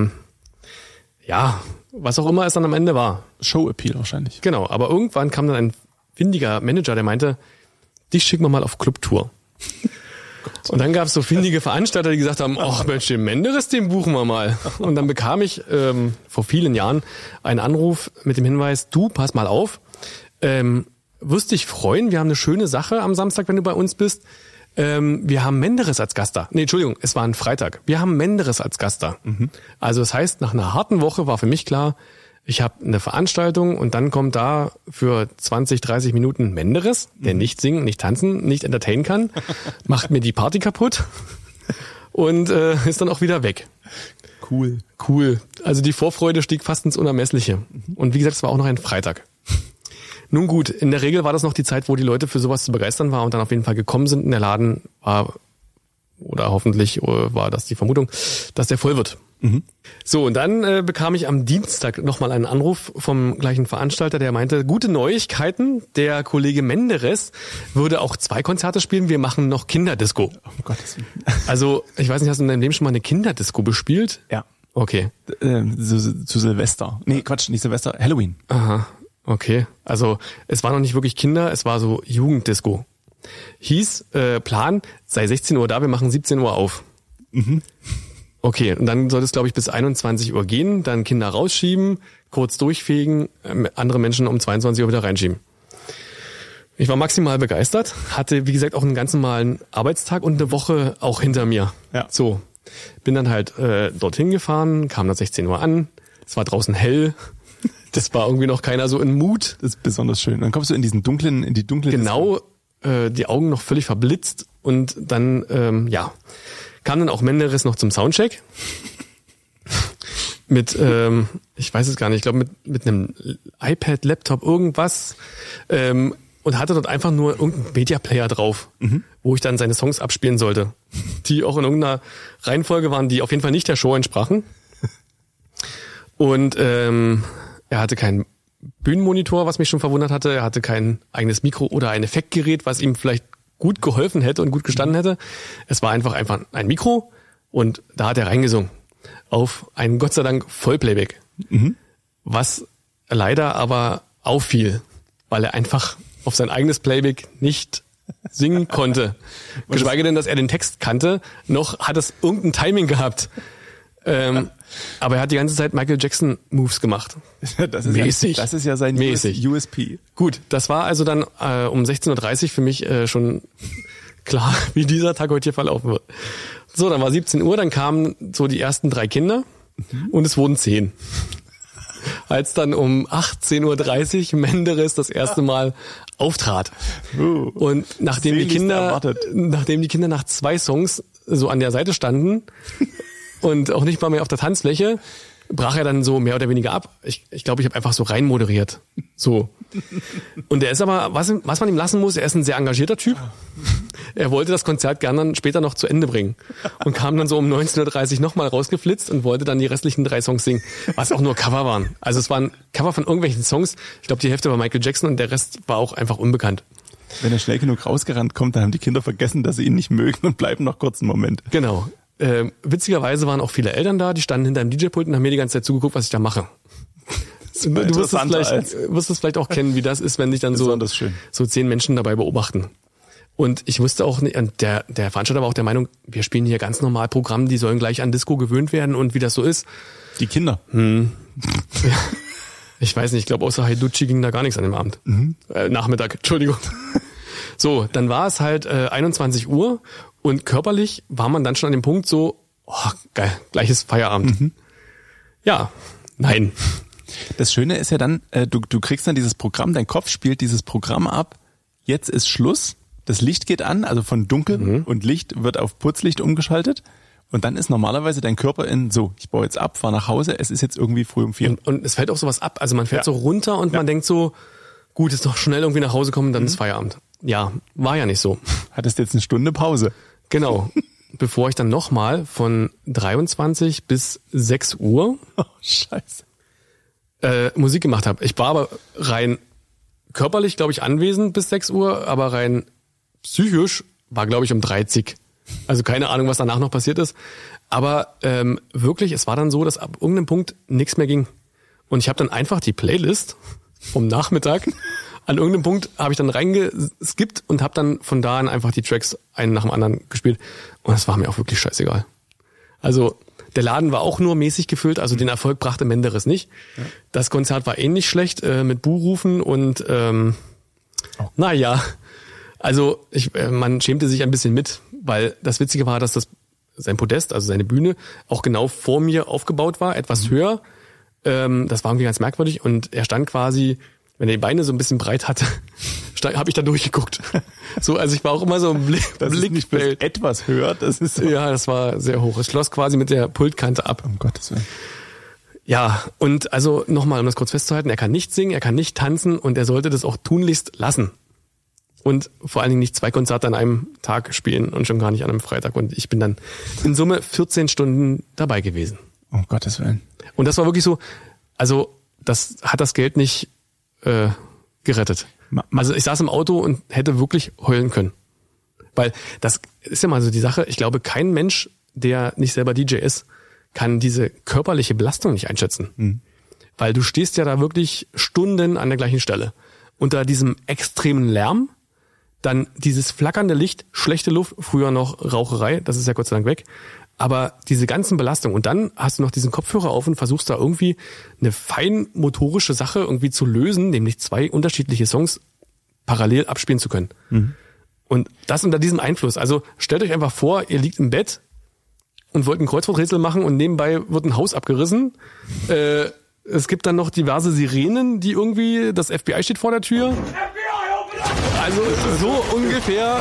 was auch immer es dann am Ende war. Show-Appeal wahrscheinlich. Genau, aber irgendwann kam dann ein findiger Manager, der meinte, dich schicken wir mal auf Clubtour. Und dann gab es so findige Veranstalter, die gesagt haben, ach Mensch, den Menderes, den buchen wir mal. Und dann bekam ich vor vielen Jahren einen Anruf mit dem Hinweis, du, pass mal auf, wirst dich freuen, wir haben eine schöne Sache am Samstag, wenn du bei uns bist. Wir haben Menderes als Gast da. Nee, Entschuldigung, es war ein Freitag. Wir haben Menderes als Gast da. Also das heißt, nach einer harten Woche war für mich klar, ich habe eine Veranstaltung und dann kommt da für 20, 30 Minuten Menderes, der nicht singen, nicht tanzen, nicht entertainen kann, macht mir die Party kaputt und ist dann auch wieder weg. Cool. Cool. Also die Vorfreude stieg fast ins Unermessliche. Und wie gesagt, es war auch noch ein Freitag. Nun gut, in der Regel war das noch die Zeit, wo die Leute für sowas zu begeistern waren und dann auf jeden Fall gekommen sind. Und der Laden war, oder hoffentlich war das die Vermutung, dass der voll wird. So, und dann bekam ich am Dienstag nochmal einen Anruf vom gleichen Veranstalter, der meinte, gute Neuigkeiten, der Kollege Menderes würde auch 2 Konzerte spielen, wir machen noch Kinderdisco. Um Gottes Willen. Also, ich weiß nicht, hast du in deinem Leben schon mal eine Kinderdisco bespielt? Ja. Okay. Zu Silvester. Nee, Quatsch, nicht Silvester, Halloween. Aha, okay. Also, es war noch nicht wirklich Kinder, es war so Jugenddisco. Hieß, Plan, sei 16 Uhr da, wir machen 17 Uhr auf. Okay, und dann soll es, glaube ich, bis 21 Uhr gehen, dann Kinder rausschieben, kurz durchfegen, andere Menschen um 22 Uhr wieder reinschieben. Ich war maximal begeistert, hatte, wie gesagt, auch einen ganz normalen Arbeitstag und eine Woche auch hinter mir. Ja. So, bin dann halt dorthin gefahren, kam dann 16 Uhr an, es war draußen hell, das war irgendwie noch keiner so in Mut. Das ist besonders schön. Dann kommst du in die dunkle Genau, die Augen noch völlig verblitzt und dann, kam dann auch Menderes noch zum Soundcheck mit, ich weiß es gar nicht, ich glaube mit einem iPad, Laptop, irgendwas und hatte dort einfach nur irgendeinen Media-Player drauf, wo ich dann seine Songs abspielen sollte, die auch in irgendeiner Reihenfolge waren, die auf jeden Fall nicht der Show entsprachen. Und er hatte keinen Bühnenmonitor, was mich schon verwundert hatte, er hatte kein eigenes Mikro oder ein Effektgerät, was ihm vielleicht gut geholfen hätte und gut gestanden hätte. Es war einfach ein Mikro und da hat er reingesungen auf einen Gott sei Dank Vollplayback. Was leider aber auffiel, weil er einfach auf sein eigenes Playback nicht singen konnte. Geschweige denn, dass er den Text kannte, noch hat es irgendein Timing gehabt. Aber er hat die ganze Zeit Michael Jackson Moves gemacht. Das ist mäßig. Das ist ja sein mäßig. USP. Gut, das war also dann um 16.30 Uhr für mich schon klar, wie dieser Tag heute hier verlaufen wird. So, dann war 17 Uhr, dann kamen so die ersten 3 Kinder und es wurden 10. Als dann um 18.30 Uhr Menderes das erste Mal auftrat. Und nachdem die Kinder nach 2 Songs so an der Seite standen und auch nicht mal mehr auf der Tanzfläche, brach er dann so mehr oder weniger ab. Ich glaube, ich habe einfach so rein moderiert. So. Und er ist aber, was man ihm lassen muss, er ist ein sehr engagierter Typ. Er wollte das Konzert gerne dann später noch zu Ende bringen. Und kam dann so um 19.30 Uhr nochmal rausgeflitzt und wollte dann die restlichen 3 Songs singen, was auch nur Cover waren. Also es waren Cover von irgendwelchen Songs. Ich glaube, die Hälfte war Michael Jackson und der Rest war auch einfach unbekannt. Wenn er schnell genug rausgerannt kommt, dann haben die Kinder vergessen, dass sie ihn nicht mögen und bleiben noch kurz einen Moment. Genau. Witzigerweise waren auch viele Eltern da, die standen hinter dem DJ-Pult und haben mir die ganze Zeit zugeguckt, was ich da mache. Du wirst es vielleicht auch kennen, wie das ist, wenn dich dann so 10 Menschen dabei beobachten. Und ich wusste auch nicht, und der Veranstalter war auch der Meinung, wir spielen hier ganz normal Programm, die sollen gleich an Disco gewöhnt werden und wie das so ist. Die Kinder. Ich weiß nicht, ich glaube, außer Haiducci ging da gar nichts an dem Abend. Nachmittag, Entschuldigung. So, dann war es halt 21 Uhr und körperlich war man dann schon an dem Punkt so, oh, geil, gleiches Feierabend. Ja, nein. Das Schöne ist ja dann, du kriegst dann dieses Programm, dein Kopf spielt dieses Programm ab, jetzt ist Schluss, das Licht geht an, also von Dunkel und Licht wird auf Putzlicht umgeschaltet und dann ist normalerweise dein Körper ich baue jetzt ab, fahr nach Hause, es ist jetzt irgendwie früh um 4. Und es fällt auch sowas ab, also man fährt so runter und man denkt so, gut, jetzt noch schnell irgendwie nach Hause kommen, dann ist Feierabend. Ja, war ja nicht so. Hattest jetzt eine Stunde Pause. Genau. Bevor ich dann nochmal von 23 bis 6 Uhr Musik gemacht habe. Ich war aber rein körperlich, glaube ich, anwesend bis 6 Uhr, aber rein psychisch war, glaube ich, um 30. Also keine Ahnung, was danach noch passiert ist. Aber wirklich, es war dann so, dass ab irgendeinem Punkt nichts mehr ging. Und ich habe dann einfach die Playlist vom Nachmittag an irgendeinem Punkt habe ich dann reingeskippt und habe dann von da an einfach die Tracks einen nach dem anderen gespielt. Und das war mir auch wirklich scheißegal. Also der Laden war auch nur mäßig gefüllt, also den Erfolg brachte Menderes nicht. Ja. Das Konzert war ähnlich schlecht mit Buhrufen und naja, also man schämte sich ein bisschen mit, weil das Witzige war, dass sein Podest, also seine Bühne, auch genau vor mir aufgebaut war, etwas höher. Das war irgendwie ganz merkwürdig und er stand quasi, wenn er die Beine so ein bisschen breit hatte, habe ich da durchgeguckt. So, also ich war auch immer so im Blickfeld. Etwas höher, das ist so. Ja, das war sehr hoch. Es schloss quasi mit der Pultkante ab. Um Gottes Willen. Ja, und also nochmal, um das kurz festzuhalten, er kann nicht singen, er kann nicht tanzen und er sollte das auch tunlichst lassen. Und vor allen Dingen nicht 2 Konzerte an einem Tag spielen und schon gar nicht an einem Freitag. Und ich bin dann in Summe 14 Stunden dabei gewesen. Um Gottes Willen. Und das war wirklich so, also das hat das Geld nicht gerettet. Also ich saß im Auto und hätte wirklich heulen können. Weil das ist ja mal so die Sache, ich glaube, kein Mensch, der nicht selber DJ ist, kann diese körperliche Belastung nicht einschätzen. Weil du stehst ja da wirklich Stunden an der gleichen Stelle. Unter diesem extremen Lärm, dann dieses flackernde Licht, schlechte Luft, früher noch Raucherei, das ist ja Gott sei Dank weg. Aber diese ganzen Belastungen und dann hast du noch diesen Kopfhörer auf und versuchst da irgendwie eine feinmotorische Sache irgendwie zu lösen, nämlich 2 unterschiedliche Songs parallel abspielen zu können. Und das unter diesem Einfluss. Also stellt euch einfach vor, ihr liegt im Bett und wollt ein Kreuzworträtsel machen und nebenbei wird ein Haus abgerissen. Es gibt dann noch diverse Sirenen, die irgendwie, das FBI steht vor der Tür. Also so ungefähr.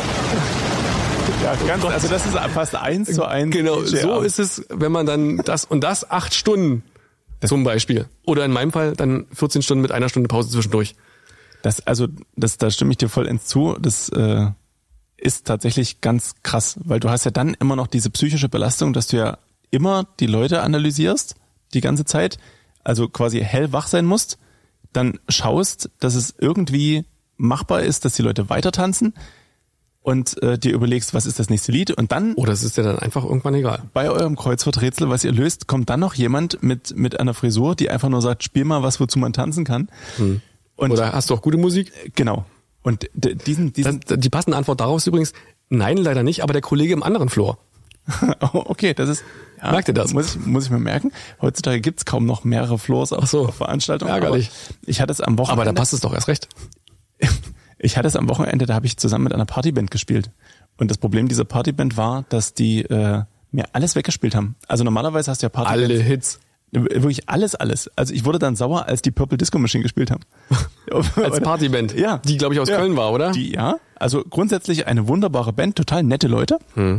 Ja, also das ist fast 1:1. Genau, DJ so ist es, wenn man dann das 8 Stunden zum Beispiel. Oder in meinem Fall dann 14 Stunden mit 1 Stunde Pause zwischendurch. Da stimme ich dir vollends zu. Das ist tatsächlich ganz krass, weil du hast ja dann immer noch diese psychische Belastung, dass du ja immer die Leute analysierst, die ganze Zeit, also quasi hellwach sein musst, dann schaust, dass es irgendwie machbar ist, dass die Leute weiter tanzen und dir überlegst, was ist das nächste Lied und dann... Oder es ist dir dann einfach irgendwann egal. Bei eurem Kreuzworträtsel, was ihr löst, kommt dann noch jemand mit einer Frisur, die einfach nur sagt, spiel mal was, wozu man tanzen kann. Und oder hast du auch gute Musik? Genau. Und die passende Antwort darauf ist übrigens, nein, leider nicht, aber der Kollege im anderen Floor. Okay, das ist... Ja, merkt ihr das? Muss ich mir merken. Heutzutage gibt's kaum noch mehrere Floors auf Veranstaltungen. Ärgerlich. Ich hatte es am Wochenende... Aber da passt es doch erst recht. Ich hatte es am Wochenende, da habe ich zusammen mit einer Partyband gespielt. Und das Problem dieser Partyband war, dass die mir alles weggespielt haben. Also normalerweise hast du ja Partybands... Alle Hits. Wirklich alles. Also ich wurde dann sauer, als die Purple Disco Machine gespielt haben. Als Partyband. Ja. Die, glaube ich, aus Köln war, oder? Ja. Also grundsätzlich eine wunderbare Band, total nette Leute.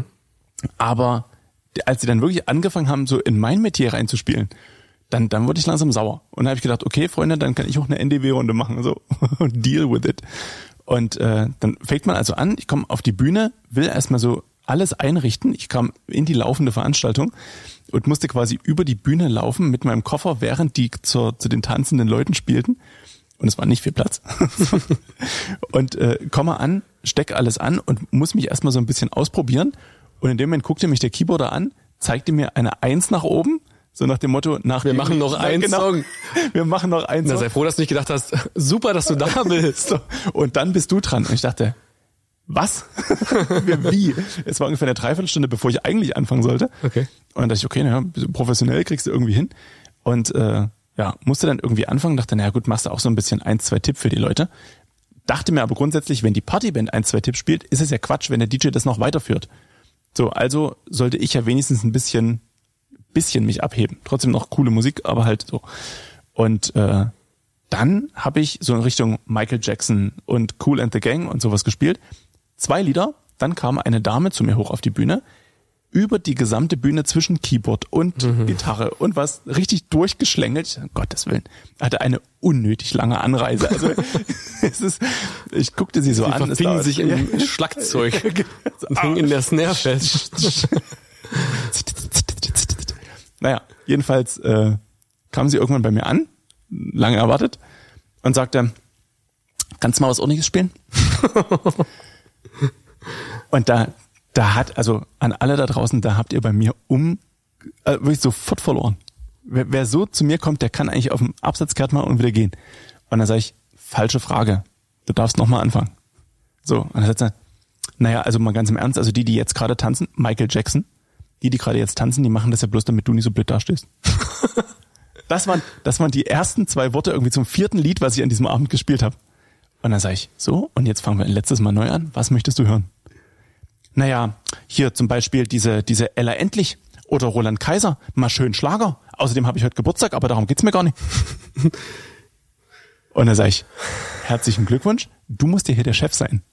Aber als sie dann wirklich angefangen haben, so in mein Metier reinzuspielen, dann wurde ich langsam sauer. Und dann habe ich gedacht, okay, Freunde, dann kann ich auch eine NDW-Runde machen. So, deal with it. Und dann fängt man also an, ich komme auf die Bühne, will erstmal so alles einrichten. Ich kam in die laufende Veranstaltung und musste quasi über die Bühne laufen mit meinem Koffer, während die zu den tanzenden Leuten spielten. Und es war nicht viel Platz. Und komme an, steck alles an und muss mich erstmal so ein bisschen ausprobieren. Und in dem Moment guckte mich der Keyboarder an, zeigte mir eine 1 nach oben, so nach dem Motto, wir machen noch einen Song. Wir machen noch einen Song. Na, sei froh, dass du nicht gedacht hast, super, dass du da bist. So. Und dann bist du dran. Und ich dachte, was? Wie? Es war ungefähr eine Dreiviertelstunde, bevor ich eigentlich anfangen sollte. Okay. Und dann dachte ich, okay, naja, professionell kriegst du irgendwie hin. Und musste dann irgendwie anfangen, dachte, naja gut, machst du auch so ein bisschen 1, 2 Tipp für die Leute. Dachte mir aber grundsätzlich, wenn die Partyband 1, 2 Tipp spielt, ist es ja Quatsch, wenn der DJ das noch weiterführt. So, also sollte ich ja wenigstens ein bisschen mich abheben. Trotzdem noch coole Musik, aber halt so. Und dann habe ich so in Richtung Michael Jackson und Kool and the Gang und sowas gespielt. 2 Lieder, dann kam eine Dame zu mir hoch auf die Bühne, über die gesamte Bühne zwischen Keyboard und Gitarre und was richtig durchgeschlängelt. Um Gottes Willen. Hatte eine unnötig lange Anreise. Also ich guckte sie so an. Sie verfingen sich im Schlagzeug und hingen in der Snare fest. Naja, jedenfalls kam sie irgendwann bei mir an, lange erwartet, und sagte, kannst du mal was Ordentliches spielen? Und da hat, also an alle da draußen, da habt ihr bei mir wirklich sofort verloren. Wer so zu mir kommt, der kann eigentlich auf dem Absatzkehrt machen und wieder gehen. Und dann sage ich, falsche Frage. Du darfst nochmal anfangen. So, und dann sagt er, naja, also mal ganz im Ernst, also die jetzt gerade tanzen, Michael Jackson, die gerade jetzt tanzen, die machen das ja bloß, damit du nicht so blöd dastehst. Das waren die ersten 2 Worte irgendwie zum 4. Lied, was ich an diesem Abend gespielt habe. Und dann sage ich, so, und jetzt fangen wir ein letztes Mal neu an. Was möchtest du hören? Naja, hier zum Beispiel diese Ella Endlich oder Roland Kaiser, mal schön Schlager. Außerdem habe ich heute Geburtstag, aber darum geht's mir gar nicht. Und dann sage ich, herzlichen Glückwunsch, du musst ja hier der Chef sein.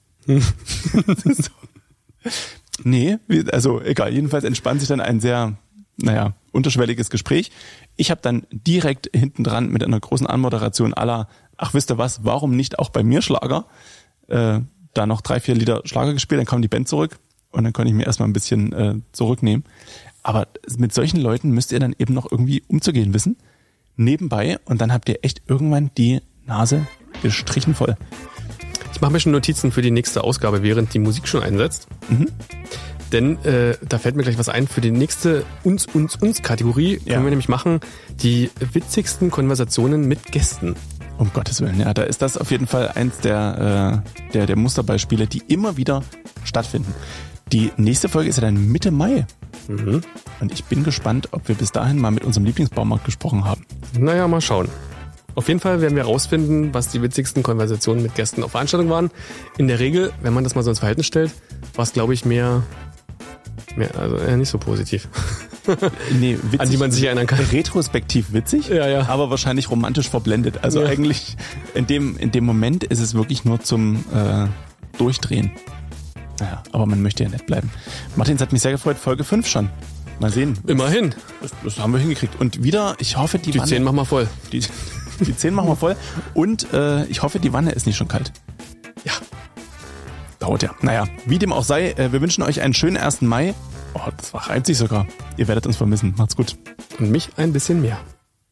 Nee, also egal, jedenfalls entspannt sich dann ein sehr, unterschwelliges Gespräch. Ich habe dann direkt hinten dran mit einer großen Anmoderation à la, ach wisst ihr was, warum nicht auch bei mir Schlager? Da noch 3-4 Lieder Schlager gespielt, dann kam die Band zurück und dann konnte ich mir erstmal ein bisschen zurücknehmen. Aber mit solchen Leuten müsst ihr dann eben noch irgendwie umzugehen wissen. Nebenbei und dann habt ihr echt irgendwann die Nase gestrichen voll. Ich mache mir schon Notizen für die nächste Ausgabe, während die Musik schon einsetzt. Denn da fällt mir gleich was ein. Für die nächste Uns-Kategorie können wir nämlich machen die witzigsten Konversationen mit Gästen. Um Gottes Willen, ja, da ist das auf jeden Fall eins der Musterbeispiele, die immer wieder stattfinden. Die nächste Folge ist ja dann Mitte Mai. Und ich bin gespannt, ob wir bis dahin mal mit unserem Lieblingsbaumarkt gesprochen haben. Naja, mal schauen. Auf jeden Fall werden wir rausfinden, was die witzigsten Konversationen mit Gästen auf Veranstaltungen waren. In der Regel, wenn man das mal so ins Verhältnis stellt, war es, glaube ich, mehr nicht so positiv. Nee, witzig, an die man sich erinnern kann. Retrospektiv witzig, ja. aber wahrscheinlich romantisch verblendet. Also eigentlich in dem Moment ist es wirklich nur zum Durchdrehen. Naja, aber man möchte ja nett bleiben. Martin, es hat mich sehr gefreut, Folge 5 schon. Mal sehen. Immerhin. Das haben wir hingekriegt. Und wieder, ich hoffe, die Wanne... 10 machen wir voll. Die 10 machen wir voll. Und ich hoffe, die Wanne ist nicht schon kalt. Ja. Dauert ja. Naja, wie dem auch sei, wir wünschen euch einen schönen 1. Mai. Oh, das reimt sich sogar. Ihr werdet uns vermissen. Macht's gut. Und mich ein bisschen mehr.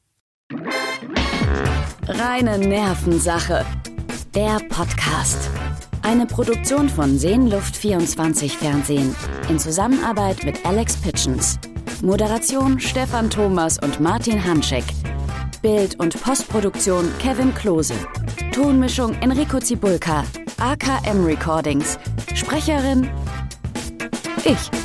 Reine Nervensache. Der Podcast. Eine Produktion von Seenluft24 Fernsehen. In Zusammenarbeit mit Alex Pitchens. Moderation Stefan Thomas und Martin Hanschek. Bild- und Postproduktion Kevin Klose. Tonmischung Enrico Zibulka. AKM Recordings. Sprecherin ich.